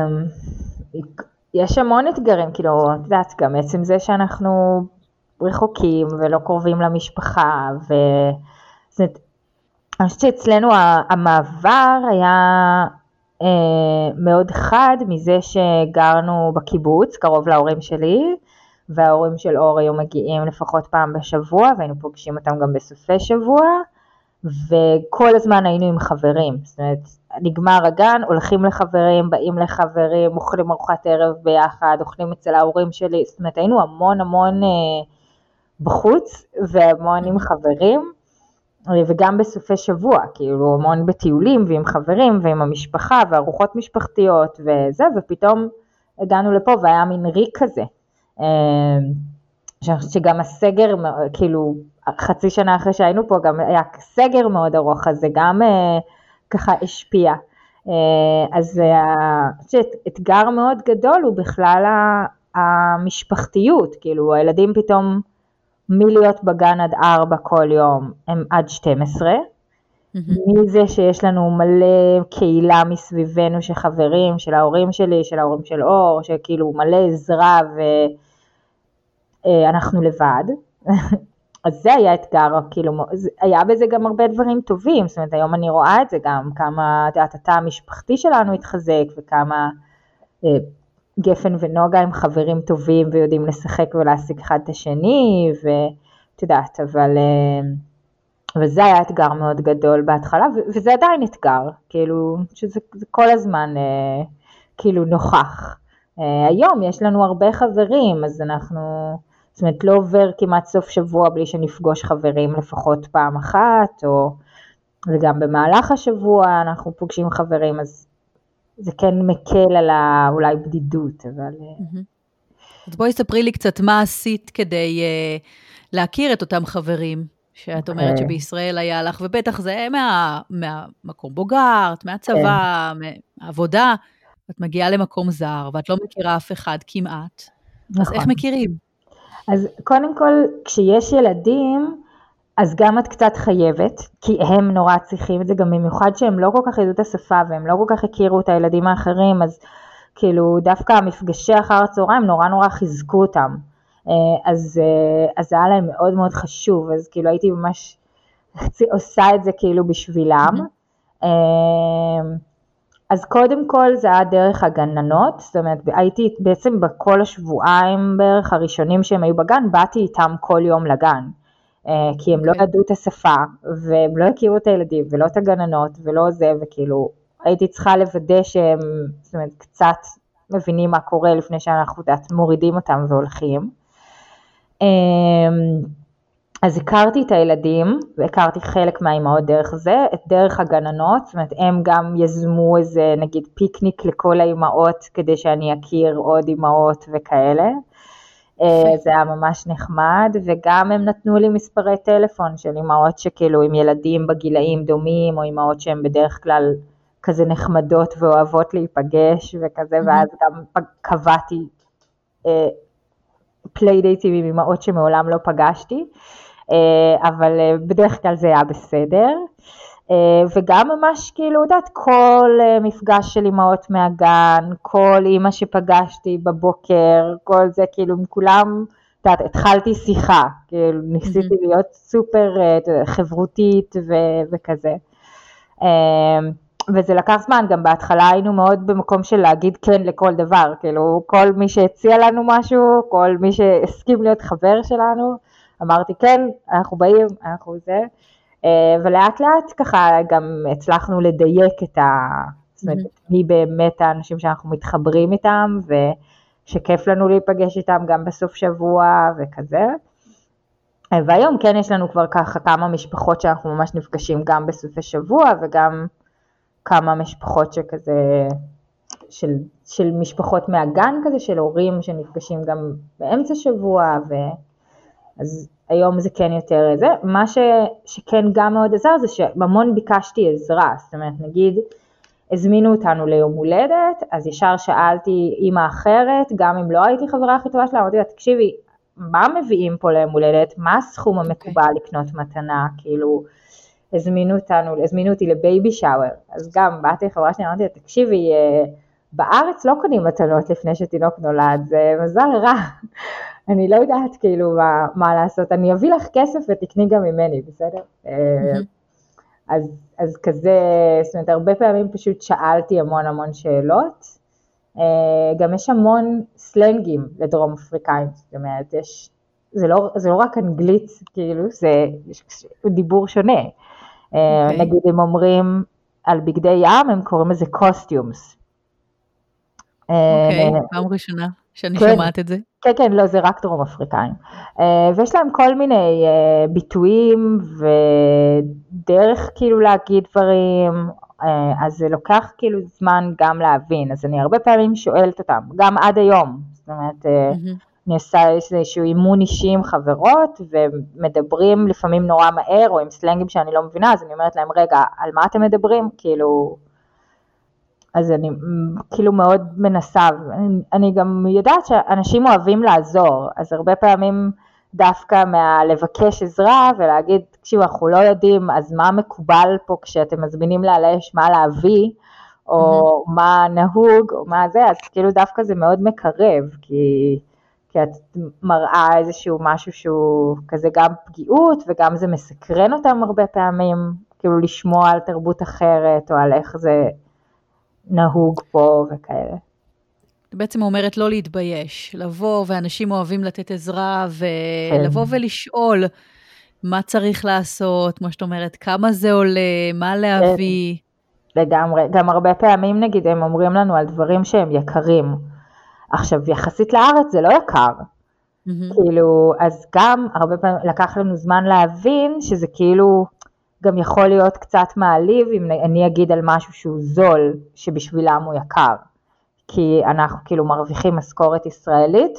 יש המון אתגרים, כאילו, את יודעת, גם עצם זה שאנחנו רחוקים ולא קרובים למשפחה, וזאת אומרת, אני חושבת שאצלנו המעבר היה מאוד חד מזה שגרנו בקיבוץ, קרוב להורים שלי, וההורים של אור היו מגיעים לפחות פעם בשבוע, והיינו פוגשים אותם גם בסופי שבוע, וכל הזמן היינו עם חברים, זאת אומרת, נגמר הגן, הולכים לחברים, באים לחברים, אוכלים ארוחת ערב ביחד, אוכלים אצל ההורים שלי, זאת אומרת, היינו המון המון בחוץ, והמון עם חברים, וגם בסופי שבוע, כאילו המון בטיולים ועם חברים ועם המשפחה וארוחות משפחתיות וזה, ופתאום הגענו לפה והיה מין ריק כזה, שגם הסגר, כאילו חצי שנה אחרי שהיינו פה גם היה סגר מאוד ארוך, אז זה גם ככה השפיע. אז האתגר מאוד גדול הוא בכלל המשפחתיות, כאילו הילדים פתאום מלהיות בגן עד ארבע כל יום, הם עד שתים עשרה, mm-hmm. מזה שיש לנו מלא קהילה מסביבנו שחברים, של ההורים שלי, של ההורים של אור, שכאילו מלא עזרה ואנחנו לבד, אז זה היה אתגר, כאילו, היה בזה גם הרבה דברים טובים, זאת אומרת היום אני רואה את זה גם, כמה התא המשפחתי שלנו התחזק וכמה גפן ונוגה הם חברים טובים ויודעים לשחק ולהשיג אחד את השני, ואת יודעת, אבל, אבל זה היה אתגר מאוד גדול בהתחלה, וזה עדיין אתגר, כאילו, שזה זה כל הזמן כאילו נוכח. היום יש לנו הרבה חברים, אז אנחנו, זאת אומרת, לא עובר כמעט סוף שבוע בלי שנפגוש חברים לפחות פעם אחת, או, וגם במהלך השבוע אנחנו פוגשים חברים, אז זה כן מקל על אולי בדידות, אבל... אז בואי ספרי לי קצת מה עשית כדי uh, להכיר את אותם חברים, שאת okay. אומרת שבישראל היה לך, ובטח זה מה, מהמקום בוגרת, מהצבא, okay. מהעבודה, את מגיעה למקום זר, ואת לא מכירה אף אחד כמעט, נכון. אז איך מכירים? אז קודם כל, כשיש ילדים, אז גם את קצת חייבת, כי הם נורא צריכים את זה, גם במיוחד שהם לא כל כך ידעו את השפה, והם לא כל כך הכירו את הילדים האחרים, אז כאילו דווקא המפגשי אחר הצהריים נורא נורא חיזקו אותם, אז, אז זה היה להם מאוד מאוד חשוב, אז כאילו הייתי ממש עושה את זה כאילו בשבילם, אז קודם כל זה היה דרך הגננות, זאת אומרת הייתי בעצם בכל השבועיים בערך הראשונים שהם היו בגן, באתי איתם כל יום לגן, כי הם okay. לא ידעו את השפה, והם לא הכירו את הילדים, ולא את הגננות, ולא זה, וכאילו, הייתי צריכה לוודא שהם, זאת אומרת, קצת מבינים מה קורה, לפני שאנחנו דעת, מורידים אותם והולכים. אז הכרתי את הילדים, והכרתי חלק מהאימהות דרך זה, את דרך הגננות, זאת אומרת, הם גם יזמו איזה, נגיד, פיקניק לכל האימהות, כדי שאני אכיר עוד אימהות וכאלה. זה היה ממש נחמד, וגם הם נתנו לי מספרי טלפון של אמהות שכאילו עם ילדים בגילאים דומים, או אמהות שהן בדרך כלל כזה נחמדות ואוהבות להיפגש וכזה, ואז גם קבעתי פליידייטים עם אמהות שמעולם לא פגשתי, אבל בדרך כלל זה היה בסדר. וגם ממש כאילו, יודעת, כל מפגש של אמהות מהגן, כל אמא שפגשתי בבוקר, כל זה כאילו עם כולם, יודעת, התחלתי שיחה, כאילו ניסיתי להיות סופר חברותית ו- וכזה. וזה לקח זמן, גם בהתחלה היינו מאוד במקום של להגיד כן לכל דבר, כאילו כל מי שהציע לנו משהו, כל מי שהסכים להיות חבר שלנו, אמרתי כן, אנחנו באים, אנחנו זה. ולאט לאט ככה גם הצלחנו לדייק את ה... זאת אומרת, מי באמת האנשים שאנחנו מתחברים איתם, ושכיף לנו להיפגש איתם גם בסוף שבוע וכזה. והיום כן יש לנו כבר ככה כמה משפחות שאנחנו ממש נפגשים גם בסופי שבוע, וגם כמה משפחות שכזה, של, של משפחות מהגן כזה, של הורים שנפגשים גם באמצע שבוע, ו... אז היום זה כן יותר זה. מה ש, שכן גם מאוד עזר זה שממון ביקשתי עזרה, זאת אומרת נגיד הזמינו אותנו ליום הולדת, אז ישר שאלתי אמא אחרת, גם אם לא הייתי חברה הכי טובה שלה, אמרתי לה תקשיבי, מה מביאים פה ליום הולדת, מה הסכום המקובל okay. לקנות מתנה, כאילו הזמינו אותנו, הזמינו אותי לבייבי שאוור, אז גם באתי לחברה שלי, אמרתי לה תקשיבי, בארץ לא קונים מתנות לפני שתינוק נולד, זה מזל רע. אני לא יודעת כאילו מה, מה לעשות, אני אביא לך כסף ותקני גם ממני, בסדר? Mm-hmm. אז, אז כזה, זאת אומרת, הרבה פעמים פשוט שאלתי המון המון שאלות, גם יש המון סלנגים לדרום אפריקאים, זאת אומרת, יש, זה לא, זה לא רק אנגלית, כאילו, זה יש דיבור שונה. Okay. נגיד, הם אומרים על בגדי ים, הם קוראים לזה costumes. אוקיי, פעם ראשונה שאני כן, שומעת את זה. כן, כן, לא, זה רק דרום אפריקאים. ויש להם כל מיני ביטויים ודרך כאילו להגיד דברים, אז זה לוקח כאילו זמן גם להבין, אז אני הרבה פעמים שואלת אותם, גם עד היום, זאת אומרת, mm-hmm. אני עושה איזשהו אימון אישי עם חברות, ומדברים לפעמים נורא מהר, או עם סלנגים שאני לא מבינה, אז אני אומרת להם, רגע, על מה אתם מדברים? כאילו... אז אני כאילו מאוד מנסה, אני, אני גם יודעת שאנשים אוהבים לעזור, אז הרבה פעמים דווקא מהלבקש עזרה ולהגיד, תקשיבו, אנחנו לא יודעים, אז מה מקובל פה כשאתם מזמינים לעלש, מה להביא, או mm-hmm. מה נהוג, או מה זה, אז כאילו דווקא זה מאוד מקרב, כי, כי את מראה איזשהו משהו שהוא כזה גם פגיעות, וגם זה מסקרן אותם הרבה פעמים, כאילו לשמוע על תרבות אחרת, או על איך זה... נהוג פה וכאלה. בעצם אומרת לא להתבייש, לבוא, ואנשים אוהבים לתת עזרה, ולבוא כן. ולשאול מה צריך לעשות, כמו שאת אומרת, כמה זה עולה, מה להביא. כן. לגמרי, גם הרבה פעמים נגיד, הם אומרים לנו על דברים שהם יקרים. עכשיו, יחסית לארץ זה לא יקר. Mm-hmm. כאילו, אז גם הרבה פעמים לקח לנו זמן להבין, שזה כאילו... גם יכול להיות קצת מעליב אם אני אגיד על משהו שהוא זול, שבשבילם הוא יקר. כי אנחנו כאילו מרוויחים משכורת ישראלית,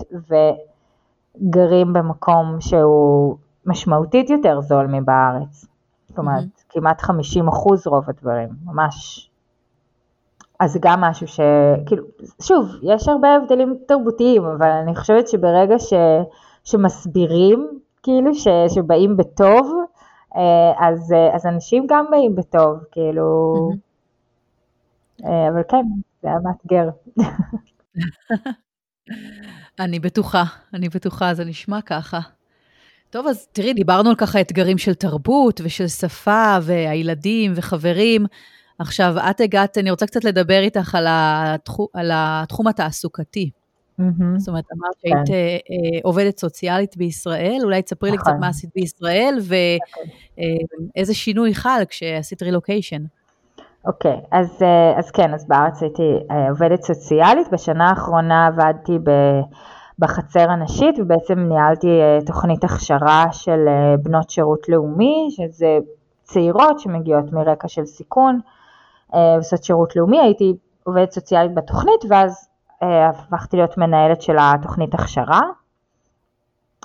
וגרים במקום שהוא משמעותית יותר זול מבארץ. זאת אומרת, mm-hmm. כמעט חמישים אחוז רוב הדברים, ממש. אז זה גם משהו ש... כאילו, שוב, יש הרבה הבדלים תרבותיים, אבל אני חושבת שברגע ש... שמסבירים, כאילו, ש... שבאים בטוב, אז, אז אנשים גם באים בטוב, כאילו, אבל כן, זה היה מאתגר. אני בטוחה, אני בטוחה, זה נשמע ככה. טוב, אז תראי, דיברנו על ככה אתגרים של תרבות ושל שפה והילדים וחברים. עכשיו, את הגעת, אני רוצה קצת לדבר איתך על התחום, על התחום התעסוקתי. Mm-hmm. זאת אומרת, אמרת שהיית כן. אה, עובדת סוציאלית בישראל, אולי תספרי לי קצת מה עשית בישראל, ואיזה אה, שינוי חל כשעשית רילוקיישן. אוקיי, okay, אז, אז כן, אז בארץ הייתי עובדת סוציאלית, בשנה האחרונה עבדתי בחצר הנשית, ובעצם ניהלתי תוכנית הכשרה של בנות שירות לאומי, שזה צעירות שמגיעות מרקע של סיכון, ועושות שירות לאומי, הייתי עובדת סוציאלית בתוכנית, ואז הפכתי להיות מנהלת של התוכנית הכשרה,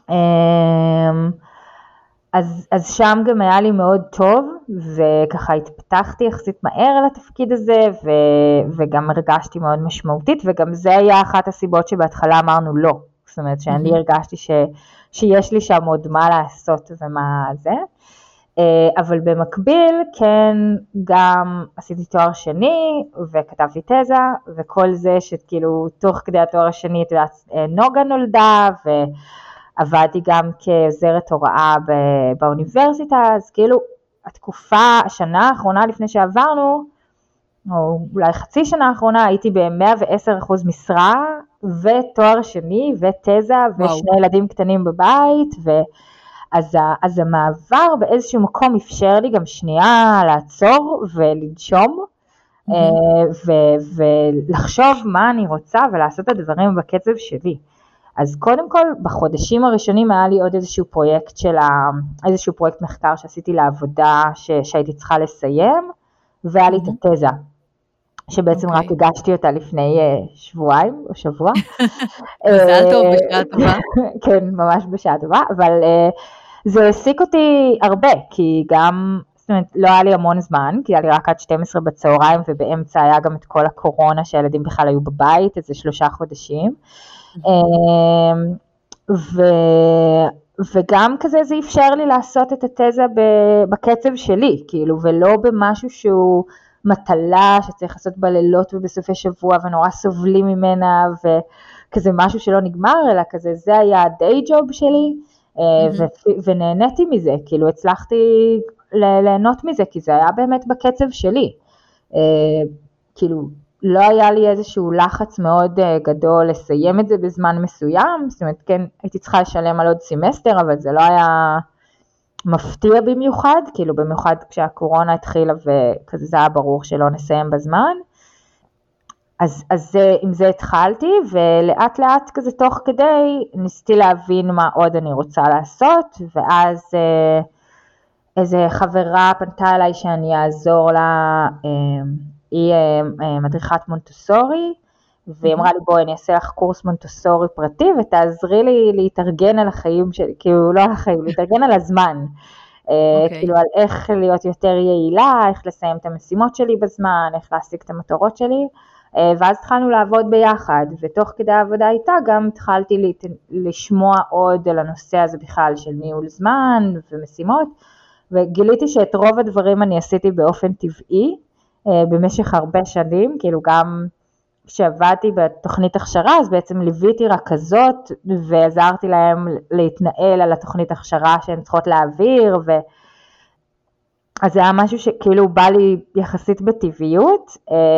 אז, אז שם גם היה לי מאוד טוב, וככה התפתחתי יחסית מהר על התפקיד הזה, ו, וגם הרגשתי מאוד משמעותית, וגם זה היה אחת הסיבות שבהתחלה אמרנו לא, זאת אומרת שאני הרגשתי ש, שיש לי שם עוד מה לעשות ומה זה, אבל במקביל כן גם עשיתי תואר שני, וכתבתי תזה, וכל זה שכאילו תוך כדי התואר השני נוגה נולדה, ו... עבדתי גם כעזרת הוראה באוניברסיטה, אז כאילו התקופה, השנה האחרונה לפני שעברנו, או אולי חצי שנה האחרונה, הייתי ב-מאה ועשר אחוז משרה, ותואר שני, ותזה, ושני ילדים קטנים בבית, ואז אז המעבר באיזשהו מקום אפשר לי גם שנייה לעצור ולנשום, mm-hmm. ו- ולחשוב מה אני רוצה, ולעשות את הדברים בקצב שלי. אז קודם כל, בחודשים הראשונים היה לי עוד איזשהו פרויקט של ה... איזשהו פרויקט מחקר שעשיתי לעבודה ש... שהייתי צריכה לסיים, והיה לי את התזה, שבעצם רק הגשתי אותה לפני שבועיים או שבוע. מזל טוב, בשעה טובה. כן, ממש בשעה טובה, אבל זה העסיק אותי הרבה, כי גם, זאת אומרת, לא היה לי המון זמן, כי היה לי רק עד שתים עשרה בצהריים, ובאמצע היה גם את כל הקורונה שהילדים בכלל היו בבית, איזה שלושה חודשים. ו... וגם כזה זה אפשר לי לעשות את התזה בקצב שלי, כאילו, ולא במשהו שהוא מטלה שצריך לעשות בלילות ובסופי שבוע ונורא סובלים ממנה, וכזה משהו שלא נגמר, אלא כזה זה היה הדיי ג'וב שלי, ו... ונהניתי מזה, כאילו הצלחתי ליהנות מזה, כי זה היה באמת בקצב שלי, כאילו, לא היה לי איזשהו לחץ מאוד גדול לסיים את זה בזמן מסוים, זאת אומרת, כן, הייתי צריכה לשלם על עוד סמסטר, אבל זה לא היה מפתיע במיוחד, כאילו במיוחד כשהקורונה התחילה וכזה זה היה ברור שלא נסיים בזמן, אז, אז עם זה התחלתי, ולאט לאט כזה תוך כדי ניסיתי להבין מה עוד אני רוצה לעשות, ואז איזה חברה פנתה אליי שאני אעזור לה, היא מדריכת מונטסורי, והיא אמרה לי בואי אני אעשה לך קורס מונטסורי פרטי, ותעזרי לי להתארגן על החיים שלי, כאילו לא על החיים, להתארגן על הזמן, okay. כאילו על איך להיות יותר יעילה, איך לסיים את המשימות שלי בזמן, איך להשיג את המטרות שלי, ואז התחלנו לעבוד ביחד, ותוך כדי העבודה איתה גם התחלתי לשמוע עוד על הנושא הזה בכלל של ניהול זמן ומשימות, וגיליתי שאת רוב הדברים אני עשיתי באופן טבעי, במשך הרבה שנים, כאילו גם כשעבדתי בתוכנית הכשרה, אז בעצם ליוויתי רכזות, ועזרתי להם להתנהל על התוכנית הכשרה שהן צריכות להעביר, ו... אז זה היה משהו שכאילו בא לי יחסית בטבעיות,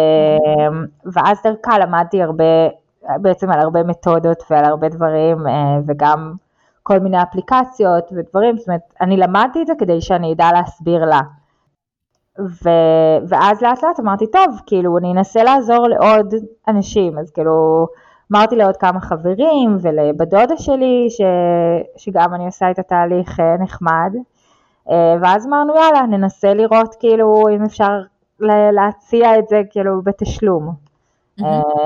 ואז דרכה למדתי הרבה, בעצם על הרבה מתודות ועל הרבה דברים, וגם כל מיני אפליקציות ודברים, זאת אומרת, אני למדתי את זה כדי שאני אדע להסביר לה. ו... ואז לאט לאט אמרתי, טוב, כאילו אני אנסה לעזור לעוד אנשים, אז כאילו אמרתי לעוד כמה חברים ולבדודה שלי, ש... שגם אני עושה את התהליך נחמד, ואז אמרנו יאללה, ננסה לראות כאילו אם אפשר להציע את זה כאילו בתשלום. Mm-hmm.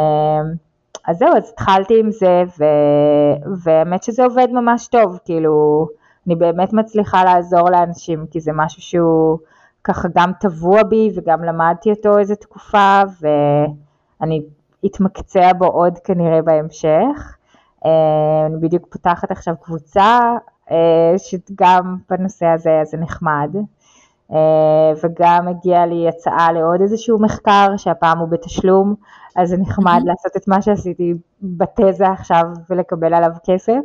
אז זהו, אז התחלתי עם זה, ו... והאמת שזה עובד ממש טוב, כאילו אני באמת מצליחה לעזור לאנשים, כי זה משהו שהוא ככה גם טבוע בי, וגם למדתי אותו איזו תקופה, ואני אתמקצע בו עוד כנראה בהמשך. אני בדיוק פותחת עכשיו קבוצה, שגם בנושא הזה זה נחמד, וגם הגיעה לי הצעה לעוד איזשהו מחקר, שהפעם הוא בתשלום, אז זה נחמד mm-hmm. לעשות את מה שעשיתי בתזה עכשיו, ולקבל עליו כסף.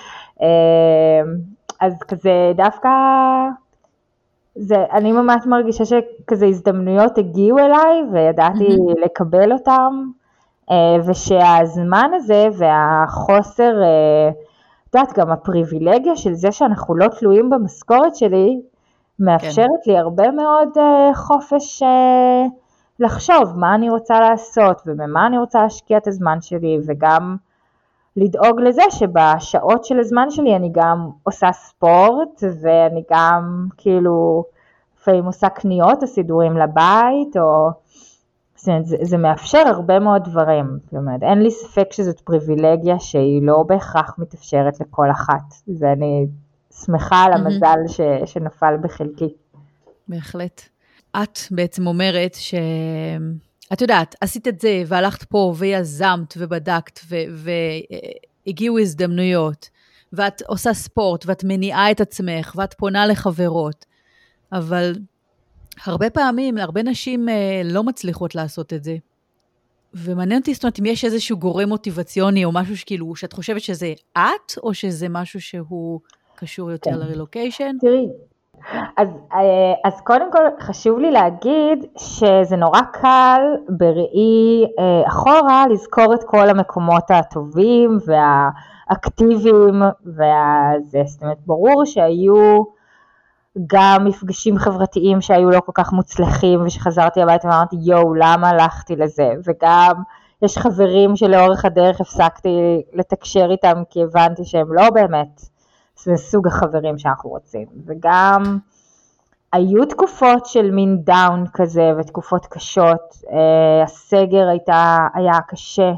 אז כזה דווקא, זה, אני ממש מרגישה שכזה הזדמנויות הגיעו אליי, וידעתי mm-hmm. לקבל אותם, ושהזמן הזה והחוסר, יודעת, גם הפריבילגיה של זה שאנחנו לא תלויים במשכורת שלי, מאפשרת כן. לי הרבה מאוד חופש לחשוב מה אני רוצה לעשות, ובמה אני רוצה להשקיע את הזמן שלי, וגם לדאוג לזה שבשעות של הזמן שלי אני גם עושה ספורט, ואני גם כאילו לפעמים עושה קניות או סידורים לבית, או זאת אומרת, זה, זה מאפשר הרבה מאוד דברים, זאת אומרת, אין לי ספק שזאת פריבילגיה שהיא לא בהכרח מתאפשרת לכל אחת, ואני שמחה על המזל ש, שנפל בחלקי. בהחלט. את בעצם אומרת ש... את יודעת, עשית את זה והלכת פה ויזמת ובדקת והגיעו הזדמנויות, ואת עושה ספורט ואת מניעה את עצמך ואת פונה לחברות, אבל הרבה פעמים, הרבה נשים לא מצליחות לעשות את זה. ומעניין אותי, זאת אומרת, אם יש איזשהו גורם מוטיבציוני או משהו שכאילו, שאת חושבת שזה את, או שזה משהו שהוא קשור יותר לרילוקיישן? תראי, אז, אז קודם כל חשוב לי להגיד שזה נורא קל בראי אחורה לזכור את כל המקומות הטובים והאקטיביים והזה, זאת אומרת ברור שהיו גם מפגשים חברתיים שהיו לא כל כך מוצלחים ושחזרתי הביתה ואמרתי יואו למה הלכתי לזה, וגם יש חברים שלאורך הדרך הפסקתי לתקשר איתם כי הבנתי שהם לא באמת זה סוג החברים שאנחנו רוצים, וגם היו תקופות של מין דאון כזה ותקופות קשות, הסגר הייתה, היה קשה,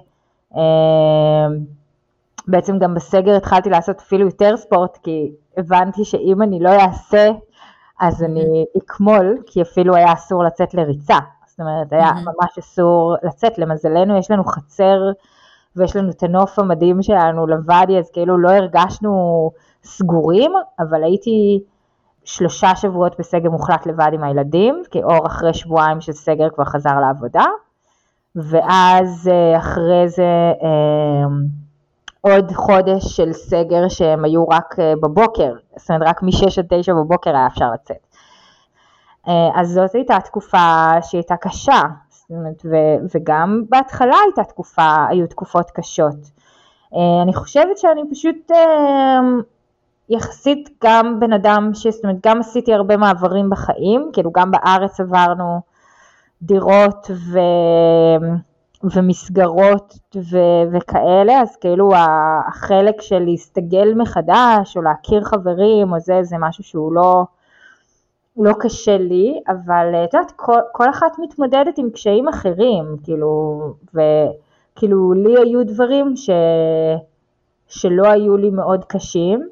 בעצם גם בסגר התחלתי לעשות אפילו יותר ספורט, כי הבנתי שאם אני לא אעשה, אז אני אקמול, כי אפילו היה אסור לצאת לריצה, זאת אומרת היה ממש אסור לצאת, למזלנו יש לנו חצר, ויש לנו את הנוף המדהים שלנו לוואדי, אז כאילו לא הרגשנו סגורים, אבל הייתי שלושה שבועות בסגר מוחלט לבד עם הילדים, כי אור אחרי שבועיים של סגר כבר חזר לעבודה, ואז אחרי זה עוד חודש של סגר שהם היו רק בבוקר, זאת אומרת רק משש עד תשע בבוקר היה אפשר לצאת. אז זאת הייתה תקופה שהייתה קשה, ו- וגם בהתחלה הייתה תקופה, היו תקופות קשות. אני חושבת שאני פשוט יחסית גם בן אדם, זאת אומרת גם עשיתי הרבה מעברים בחיים, כאילו גם בארץ עברנו דירות ו... ומסגרות ו- וכאלה, אז כאילו החלק של להסתגל מחדש או להכיר חברים או זה, זה משהו שהוא לא... לא קשה לי, אבל את יודעת, כל, כל אחת מתמודדת עם קשיים אחרים, כאילו, וכאילו לי היו דברים ש, שלא היו לי מאוד קשים,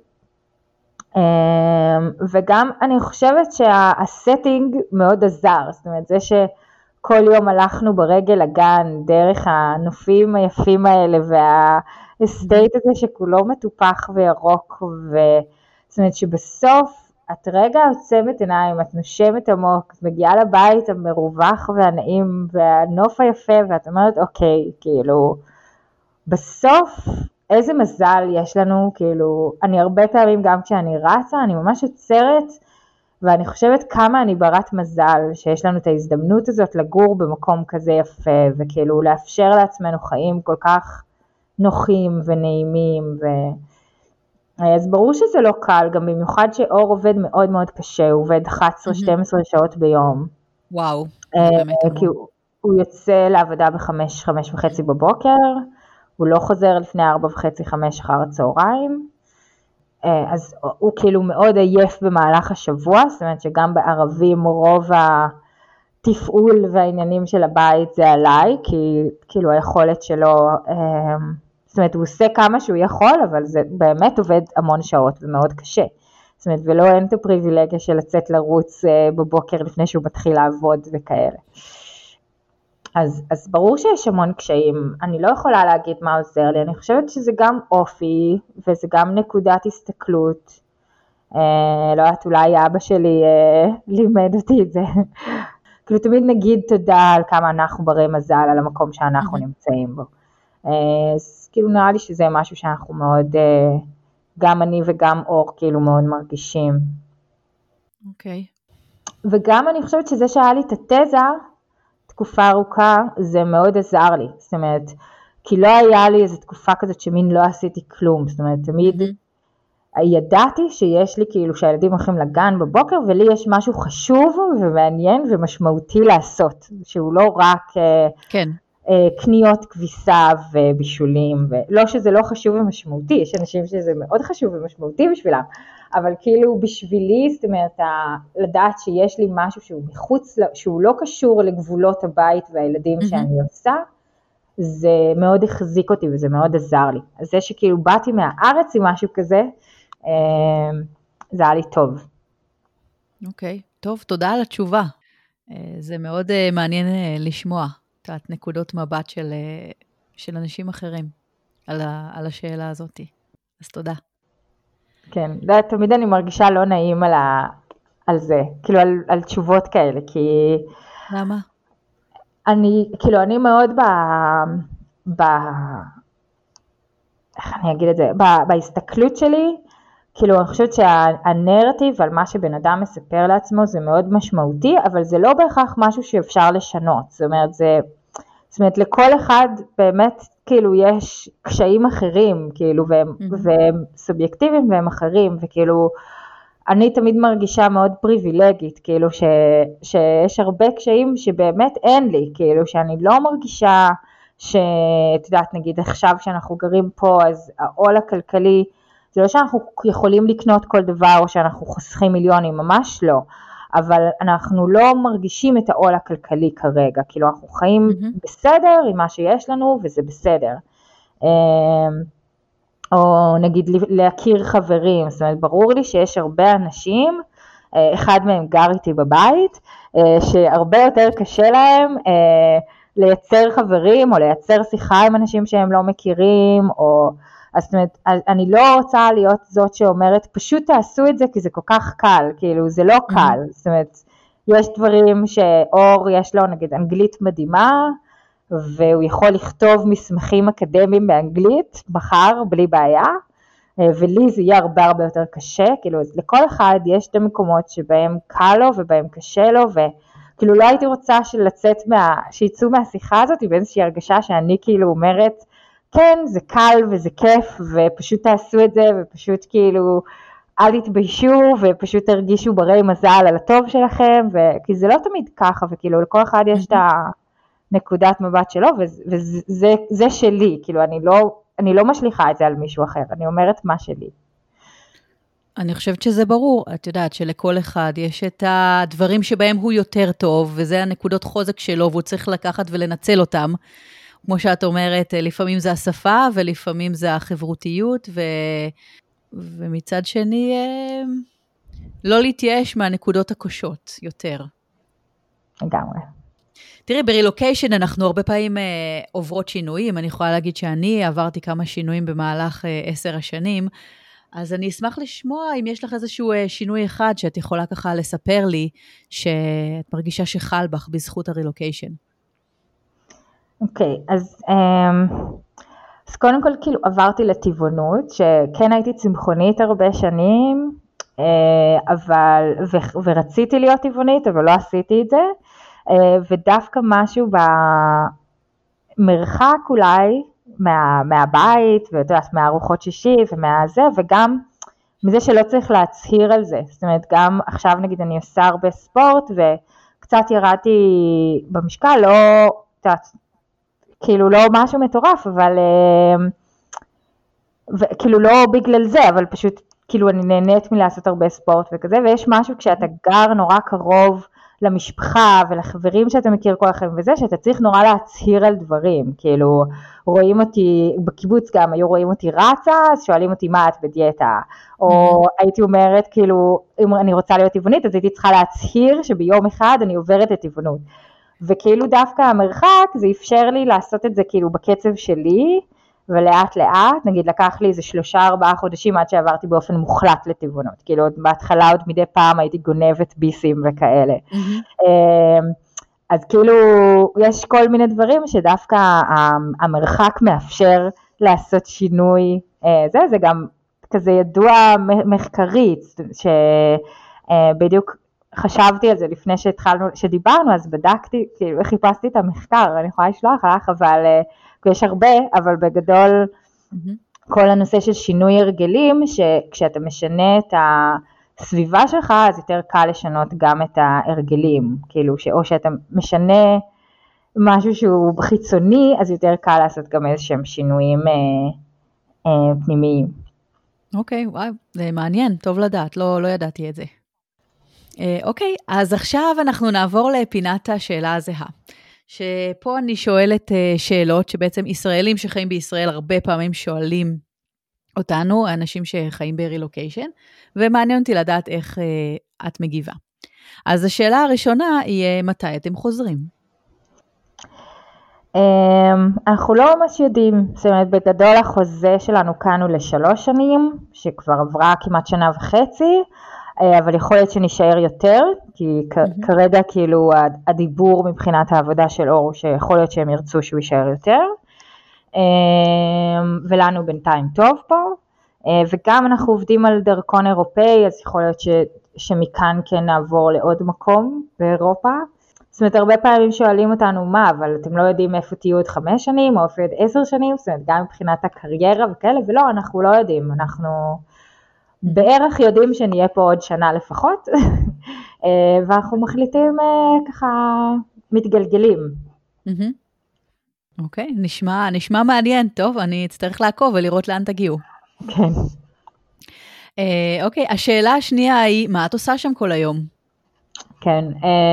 וגם אני חושבת שהסטינג מאוד עזר, זאת אומרת, זה שכל יום הלכנו ברגל לגן, דרך הנופים היפים האלה, והאסטייט הזה שכולו מטופח וירוק, וזאת אומרת שבסוף, את רגע עוצמת עיניים, את נושמת עמוק, את מגיעה לבית המרווח והנעים והנוף היפה, ואת אומרת, אוקיי, כאילו, בסוף, איזה מזל יש לנו, כאילו, אני הרבה פעמים גם כשאני רצה, אני ממש עוצרת, ואני חושבת כמה אני ברת מזל, שיש לנו את ההזדמנות הזאת לגור במקום כזה יפה, וכאילו לאפשר לעצמנו חיים כל כך נוחים ונעימים, ו... אז ברור שזה לא קל, גם במיוחד שאור עובד מאוד מאוד קשה, הוא עובד אחת עשרה שתים עשרה שעות ביום. וואו, באמת. כי הוא, הוא יוצא לעבודה בחמש, חמש וחצי בבוקר, הוא לא חוזר לפני ארבע וחצי, חמש אחר הצהריים, אז הוא כאילו מאוד עייף במהלך השבוע, זאת אומרת שגם בערבים רוב התפעול והעניינים של הבית זה עליי, כי כאילו היכולת שלו... זאת אומרת, הוא עושה כמה שהוא יכול, אבל זה באמת עובד המון שעות ומאוד קשה. זאת אומרת, ולא אין את הפריבילגיה של לצאת לרוץ בבוקר לפני שהוא מתחיל לעבוד וכאלה. אז, אז ברור שיש המון קשיים. אני לא יכולה להגיד מה עוזר לי. אני חושבת שזה גם אופי, וזה גם נקודת הסתכלות. אה, לא יודעת, אולי אבא שלי אה, לימד אותי את זה. כאילו, תמיד נגיד תודה על כמה אנחנו ברי מזל, על המקום שאנחנו נמצאים בו. אז כאילו נראה לי שזה משהו שאנחנו מאוד, גם אני וגם אור כאילו מאוד מרגישים. אוקיי. וגם אני חושבת שזה שהיה לי את התזה, תקופה ארוכה, זה מאוד עזר לי. זאת אומרת, כי לא היה לי איזו תקופה כזאת שמין לא עשיתי כלום. זאת אומרת, תמיד ידעתי שיש לי כאילו שהילדים הולכים לגן בבוקר, ולי יש משהו חשוב ומעניין ומשמעותי לעשות, שהוא לא רק... כן. קניות, כביסה ובישולים, ולא שזה לא חשוב ומשמעותי, יש אנשים שזה מאוד חשוב ומשמעותי בשבילם, אבל כאילו בשבילי, זאת אומרת, לדעת שיש לי משהו שהוא מחוץ, שהוא לא קשור לגבולות הבית והילדים mm-hmm. שאני עושה, זה מאוד החזיק אותי וזה מאוד עזר לי. אז זה שכאילו באתי מהארץ עם משהו כזה, זה היה לי טוב. אוקיי, okay, טוב, תודה על התשובה. זה מאוד מעניין לשמוע את נקודות מבט של, של אנשים אחרים על, ה, על השאלה הזאת. אז תודה. כן, תמיד אני מרגישה לא נעים על, ה, על זה, כאילו על, על תשובות כאלה, כי... למה? אני, כאילו אני מאוד ב... ב... איך אני אגיד את זה? ב, בהסתכלות שלי, כאילו אני חושבת שהנרטיב על מה שבן אדם מספר לעצמו זה מאוד משמעותי, אבל זה לא בהכרח משהו שאפשר לשנות. זאת אומרת, זה, זאת אומרת, לכל אחד באמת כאילו יש קשיים אחרים, כאילו, והם, mm-hmm. והם סובייקטיביים והם אחרים, וכאילו, אני תמיד מרגישה מאוד פריבילגית, כאילו, ש, שיש הרבה קשיים שבאמת אין לי, כאילו, שאני לא מרגישה שאת יודעת, נגיד עכשיו שאנחנו גרים פה, אז העול הכלכלי, זה לא שאנחנו יכולים לקנות כל דבר, או שאנחנו חוסכים מיליונים, ממש לא. אבל אנחנו לא מרגישים את העול הכלכלי כרגע, כאילו אנחנו חיים mm-hmm. בסדר עם מה שיש לנו, וזה בסדר. או נגיד להכיר חברים, זאת אומרת, ברור לי שיש הרבה אנשים, אחד מהם גר איתי בבית, שהרבה יותר קשה להם לייצר חברים, או לייצר שיחה עם אנשים שהם לא מכירים, או... אז זאת אומרת, אני לא רוצה להיות זאת שאומרת, פשוט תעשו את זה, כי זה כל כך קל, כאילו, זה לא קל. Mm-hmm. זאת אומרת, יש דברים שאור יש לו, נגיד, אנגלית מדהימה, והוא יכול לכתוב מסמכים אקדמיים באנגלית, מחר, בלי בעיה, ולי זה יהיה הרבה הרבה יותר קשה, כאילו, אז לכל אחד יש את המקומות שבהם קל לו, ובהם קשה לו, וכאילו, לא הייתי רוצה שלצאת מה, שיצאו מהשיחה הזאת, באיזושהי הרגשה שאני כאילו אומרת, כן, זה קל וזה כיף, ופשוט תעשו את זה, ופשוט כאילו, אל תתביישו, ופשוט תרגישו ברי מזל על הטוב שלכם, כי זה לא תמיד ככה, וכאילו, לכל אחד יש את הנקודת מבט שלו, וזה זה שלי, כאילו, אני לא, אני לא משליחה את זה על מישהו אחר, אני אומרת מה שלי. אני חושבת שזה ברור, את יודעת שלכל אחד יש את הדברים שבהם הוא יותר טוב, וזה הנקודות חוזק שלו, והוא צריך לקחת ולנצל אותם, כמו שאת אומרת, לפעמים זה השפה, ולפעמים זה החברותיות, ו... ומצד שני, לא להתייאש מהנקודות הקושות יותר. לגמרי. תראי, ברילוקיישן אנחנו הרבה פעמים אה, עוברות שינויים, אני יכולה להגיד שאני עברתי כמה שינויים במהלך אה, עשר השנים, אז אני אשמח לשמוע אם יש לך איזשהו אה, שינוי אחד, שאת יכולה ככה לספר לי, שאת מרגישה שחל בך בזכות הרילוקיישן. אוקיי, okay, אז, אז קודם כל כאילו עברתי לטבעונות, שכן הייתי צמחונית הרבה שנים, אבל, ו, ורציתי להיות טבעונית, אבל לא עשיתי את זה, ודווקא משהו במרחק אולי מה, מהבית, ואתה יודע, מהארוחות שישי ומהזה, וגם מזה שלא צריך להצהיר על זה, זאת אומרת גם עכשיו נגיד אני עושה הרבה ספורט, וקצת ירדתי במשקל, לא, אתה יודע, כאילו לא משהו מטורף, אבל, כאילו לא בגלל זה, אבל פשוט כאילו אני נהנית מלעשות הרבה ספורט וכזה, ויש משהו כשאתה גר נורא קרוב למשפחה ולחברים שאתה מכיר כל החיים וזה, שאתה צריך נורא להצהיר על דברים, כאילו רואים אותי, בקיבוץ גם היו רואים אותי רצה, אז שואלים אותי מה את בדיאטה, או הייתי אומרת כאילו, אם אני רוצה להיות טבעונית, אז הייתי צריכה להצהיר שביום אחד אני עוברת את טבעונות, וכאילו דווקא המרחק זה אפשר לי לעשות את זה כאילו בקצב שלי, ולאט לאט, נגיד לקח לי איזה שלושה ארבעה חודשים עד שעברתי באופן מוחלט לטבעונות, כאילו בהתחלה עוד מדי פעם הייתי גונבת ביסים וכאלה, mm-hmm. אז כאילו יש כל מיני דברים שדווקא המרחק מאפשר לעשות שינוי, זה, זה גם כזה ידוע מחקרית, שבדיוק חשבתי על זה לפני שהתחלנו, שדיברנו, אז בדקתי, כאילו חיפשתי את המחקר, אני יכולה לשלוח לך, אבל יש הרבה, אבל בגדול mm-hmm. כל הנושא של שינוי הרגלים, שכשאתה משנה את הסביבה שלך, אז יותר קל לשנות גם את ההרגלים, כאילו, או שאתה משנה משהו שהוא חיצוני, אז יותר קל לעשות גם איזשהם שינויים אה, אה, פנימיים. אוקיי, וואי, זה מעניין, טוב לדעת, לא, לא ידעתי את זה. אוקיי, אז עכשיו אנחנו נעבור לפינת השאלה הזהה, שפה אני שואלת שאלות שבעצם ישראלים שחיים בישראל הרבה פעמים שואלים אותנו, אנשים שחיים ברילוקיישן, ומעניין אותי לדעת איך את מגיבה. אז השאלה הראשונה היא, מתי אתם חוזרים? אנחנו לא ממש יודעים, זאת אומרת בגדול החוזה שלנו כאן הוא לשלוש שנים, שכבר עברה כמעט שנה וחצי, אבל יכול להיות שנשאר יותר, כי mm-hmm. כרגע כאילו הדיבור מבחינת העבודה של אור, שיכול להיות שהם ירצו שהוא יישאר יותר, ולנו בינתיים טוב פה, וגם אנחנו עובדים על דרכון אירופאי, אז יכול להיות ש, שמכאן כן נעבור לעוד מקום באירופה. זאת אומרת, הרבה פעמים שואלים אותנו מה, אבל אתם לא יודעים איפה תהיו עוד חמש שנים, או איפה עוד עשר שנים, זאת אומרת, גם מבחינת הקריירה וכאלה, ולא, אנחנו לא יודעים, אנחנו בערך יודעים שנהיה פה עוד שנה לפחות, ואנחנו מחליטים ככה מתגלגלים. אוקיי, נשמע, נשמע מעניין, טוב, אני אצטרך לעקוב ולראות לאן תגיעו. כן. אוקיי, השאלה השנייה היא, מה את עושה שם כל היום? כן,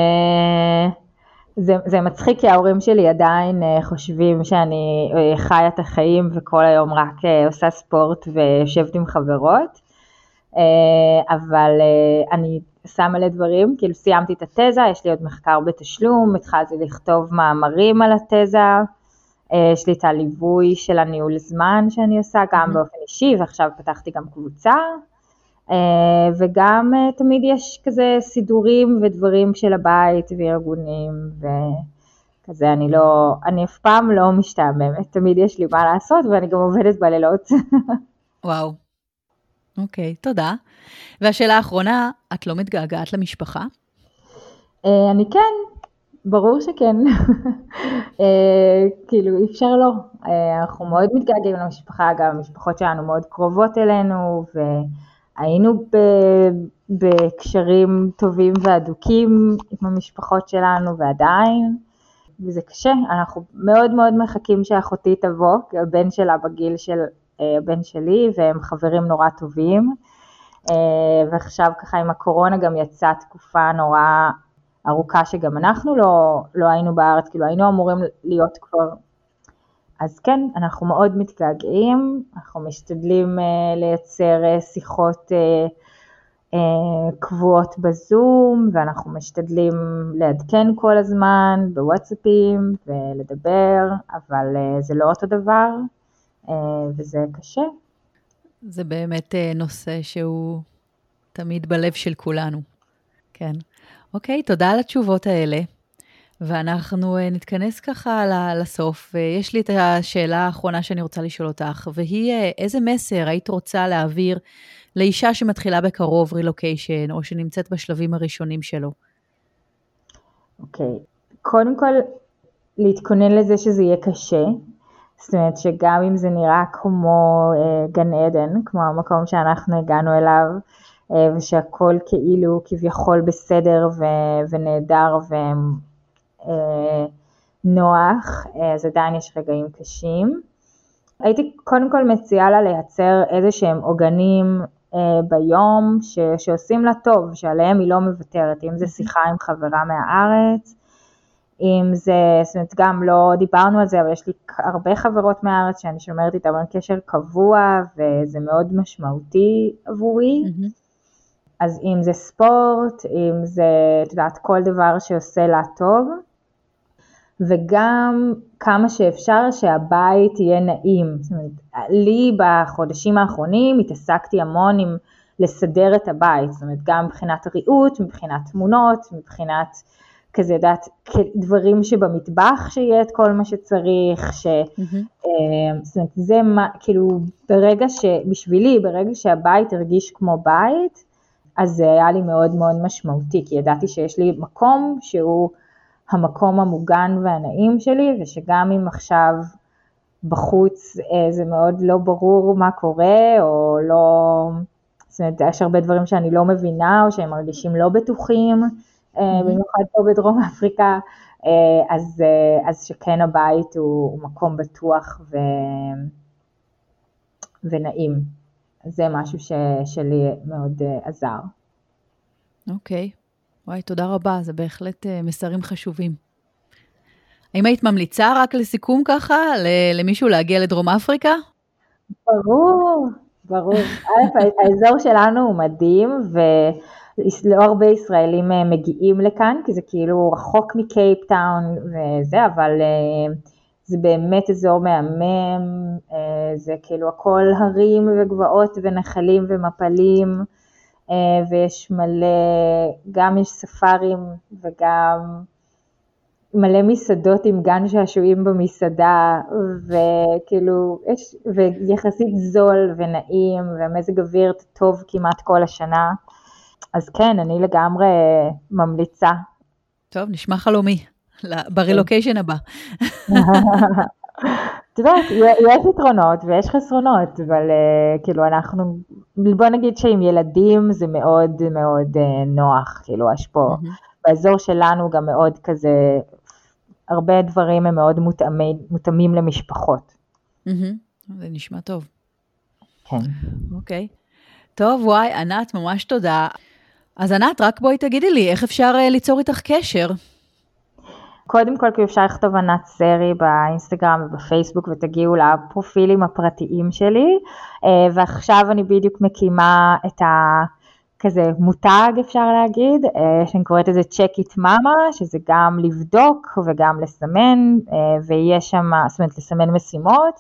זה, זה מצחיק כי ההורים שלי עדיין חושבים שאני חיה את החיים וכל היום רק עושה ספורט ויושבת עם חברות, אבל אני עושה מלא דברים, כאילו סיימתי את התזה, יש לי עוד מחקר בתשלום, התחלתי לכתוב מאמרים על התזה, יש לי את הליווי של הניהול זמן שאני עושה גם באופן אישי, ועכשיו פתחתי גם קבוצה, וגם תמיד יש כזה סידורים ודברים של הבית וארגונים, וכזה אני לא, אני אף פעם לא משתעממת, תמיד יש לי מה לעשות ואני גם עובדת בלילות. וואו, אוקיי, תודה. והשאלה האחרונה, את לא מתגעגעת למשפחה? אני כן, ברור שכן, כאילו אי אפשר לא, אנחנו מאוד מתגעגעים למשפחה, גם המשפחות שלנו מאוד קרובות אלינו, והיינו בקשרים טובים והדוקים עם המשפחות שלנו ועדיין, וזה קשה, אנחנו מאוד מאוד מחכים שאחותי תבוא, כי הבן שלה בגיל של הבן שלי, והם חברים נורא טובים, ועכשיו ככה עם הקורונה גם יצאה תקופה נורא ארוכה שגם אנחנו לא, לא היינו בארץ, כאילו היינו אמורים להיות כבר, אז כן, אנחנו מאוד מתגעגעים, אנחנו משתדלים uh, לייצר uh, שיחות uh, uh, קבועות בזום, ואנחנו משתדלים לעדכן כל הזמן בוואטסאפים ולדבר, אבל uh, זה לא אותו דבר, uh, וזה קשה. זה באמת uh, נושא שהוא תמיד בלב של כולנו, כן. אוקיי, תודה על התשובות האלה, ואנחנו נתכנס ככה לסוף, ויש לי את השאלה האחרונה שאני רוצה לשאול אותך, והיא איזה מסר היית רוצה להעביר לאישה שמתחילה בקרוב רילוקיישן, או שנמצאת בשלבים הראשונים שלו? אוקיי, קודם כל להתכונן לזה שזה יהיה קשה, זאת אומרת שגם אם זה נראה כמו גן עדן, כמו המקום שאנחנו הגענו אליו, ושהכל כאילו כביכול בסדר ו- ונהדר ונוח, אז עדיין יש רגעים קשים. הייתי קודם כל מציעה לה לייצר איזה שהם עוגנים ביום ש- שעושים לה טוב, שעליהם היא לא מוותרת, אם זה שיחה עם חברה מהארץ, אם זה, זאת אומרת גם לא דיברנו על זה, אבל יש לי הרבה חברות מהארץ שאני שומרת איתן קשר קבוע, וזה מאוד משמעותי עבורי. Mm-hmm. אז אם זה ספורט, אם זה, את יודעת, כל דבר שעושה לה טוב, וגם כמה שאפשר שהבית יהיה נעים. זאת אומרת, לי בחודשים האחרונים התעסקתי המון עם לסדר את הבית, זאת אומרת, גם מבחינת ריהוט, מבחינת תמונות, מבחינת כזה, יודעת, דברים שבמטבח שיהיה את כל מה שצריך, ש... Mm-hmm. זאת אומרת, זה מה, כאילו, ברגע שבשבילי, ברגע שהבית הרגיש כמו בית, אז זה היה לי מאוד מאוד משמעותי, כי ידעתי שיש לי מקום שהוא המקום המוגן והנעים שלי, ושגם אם עכשיו בחוץ זה מאוד לא ברור מה קורה, או לא, זאת אומרת, יש הרבה דברים שאני לא מבינה, או שהם מרגישים לא בטוחים, mm-hmm. במיוחד פה בדרום אפריקה, אז, אז שכן הבית הוא, הוא מקום בטוח ו, ונעים. זה משהו ש, שלי מאוד uh, עזר. אוקיי, וואי, תודה רבה, זה בהחלט uh, מסרים חשובים. האם היית ממליצה רק לסיכום ככה, למישהו להגיע לדרום אפריקה? ברור, ברור. א', האזור שלנו הוא מדהים, ולא הרבה ישראלים מגיעים לכאן, כי זה כאילו רחוק מקייפטאון וזה, אבל זה באמת אזור מהמם, זה כאילו הכל הרים וגבעות ונחלים ומפלים, ויש מלא, גם יש ספארים וגם מלא מסעדות עם גן שעשועים במסעדה, וכאילו, יש, ויחסית זול ונעים, ומזג אוויר טוב כמעט כל השנה. אז כן, אני לגמרי ממליצה. טוב, נשמע חלומי, ברילוקיישן הבא. את יודעת, יש יתרונות ויש חסרונות, אבל כאילו אנחנו, בוא נגיד שעם ילדים זה מאוד מאוד נוח, כאילו יש פה, באזור שלנו גם מאוד כזה, הרבה דברים הם מאוד מותאמים, מותאמים למשפחות. זה נשמע טוב. כן. אוקיי. טוב, וואי, ענת, ממש תודה. אז ענת, רק בואי תגידי לי, איך אפשר ליצור איתך קשר? קודם כל, כי אפשר לכתוב ענת סרי באינסטגרם ובפייסבוק, ותגיעו לפרופילים הפרטיים שלי, ועכשיו אני בדיוק מקימה את ה... כזה מותג אפשר להגיד, שאני קוראת איזה check it mama, שזה גם לבדוק וגם לסמן, ויש שם, זאת אומרת לסמן משימות,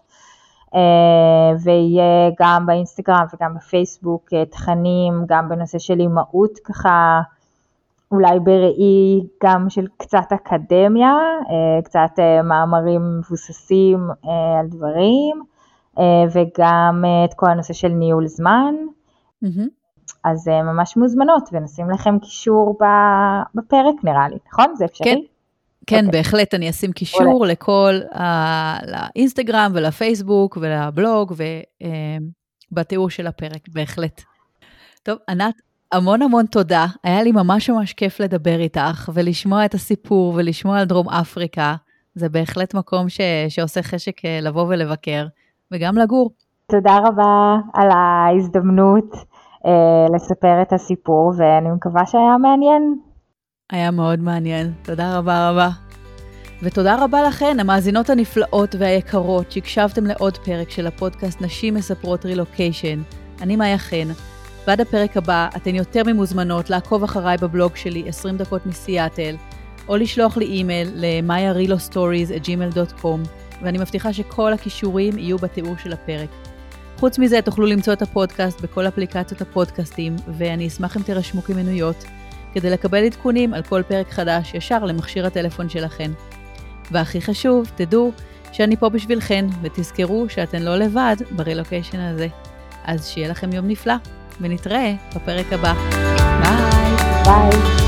ויהיה גם באינסטגרם וגם בפייסבוק תכנים, גם בנושא של אימהות ככה, אולי בראי גם של קצת אקדמיה, קצת מאמרים מבוססים על דברים, וגם את כל הנושא של ניהול זמן, אז ממש מוזמנות, ונשים לכם קישור בפרק נראה לי, נכון? זה אפשרי? כן, כן, okay. בהחלט אני אשים קישור עולה. לכל, ה... לאינסטגרם ולפייסבוק ולבלוג, ובתיאור של הפרק, בהחלט. טוב, ענת, המון המון תודה, היה לי ממש ממש כיף לדבר איתך, ולשמוע את הסיפור, ולשמוע על דרום אפריקה, זה בהחלט מקום ש... שעושה חשק לבוא ולבקר, וגם לגור. תודה רבה על ההזדמנות, לספר את הסיפור, ואני מקווה שהיה מעניין. היה מאוד מעניין, תודה רבה רבה. ותודה רבה לכן, המאזינות הנפלאות והיקרות, שהקשבתם לעוד פרק של הפודקאסט נשים מספרות רילוקיישן. אני מאיה חן, ועד הפרק הבא אתן יותר ממוזמנות לעקוב אחריי בבלוג שלי עשרים דקות מסיאטל, או לשלוח לי אימייל ל-maya rilo stories at gmail dot com, ואני מבטיחה שכל הכישורים יהיו בתיאור של הפרק. חוץ מזה, תוכלו למצוא את הפודקאסט בכל אפליקציות הפודקאסטים, ואני אשמח אם תרשמו כמנויות, כדי לקבל עדכונים על כל פרק חדש ישר למכשיר הטלפון שלכן. והכי חשוב, תדעו שאני פה בשבילכן, ותזכרו שאתן לא לבד ברילוקיישן הזה. אז שיהיה לכם יום נפלא, ונתראה בפרק הבא. ביי! ביי!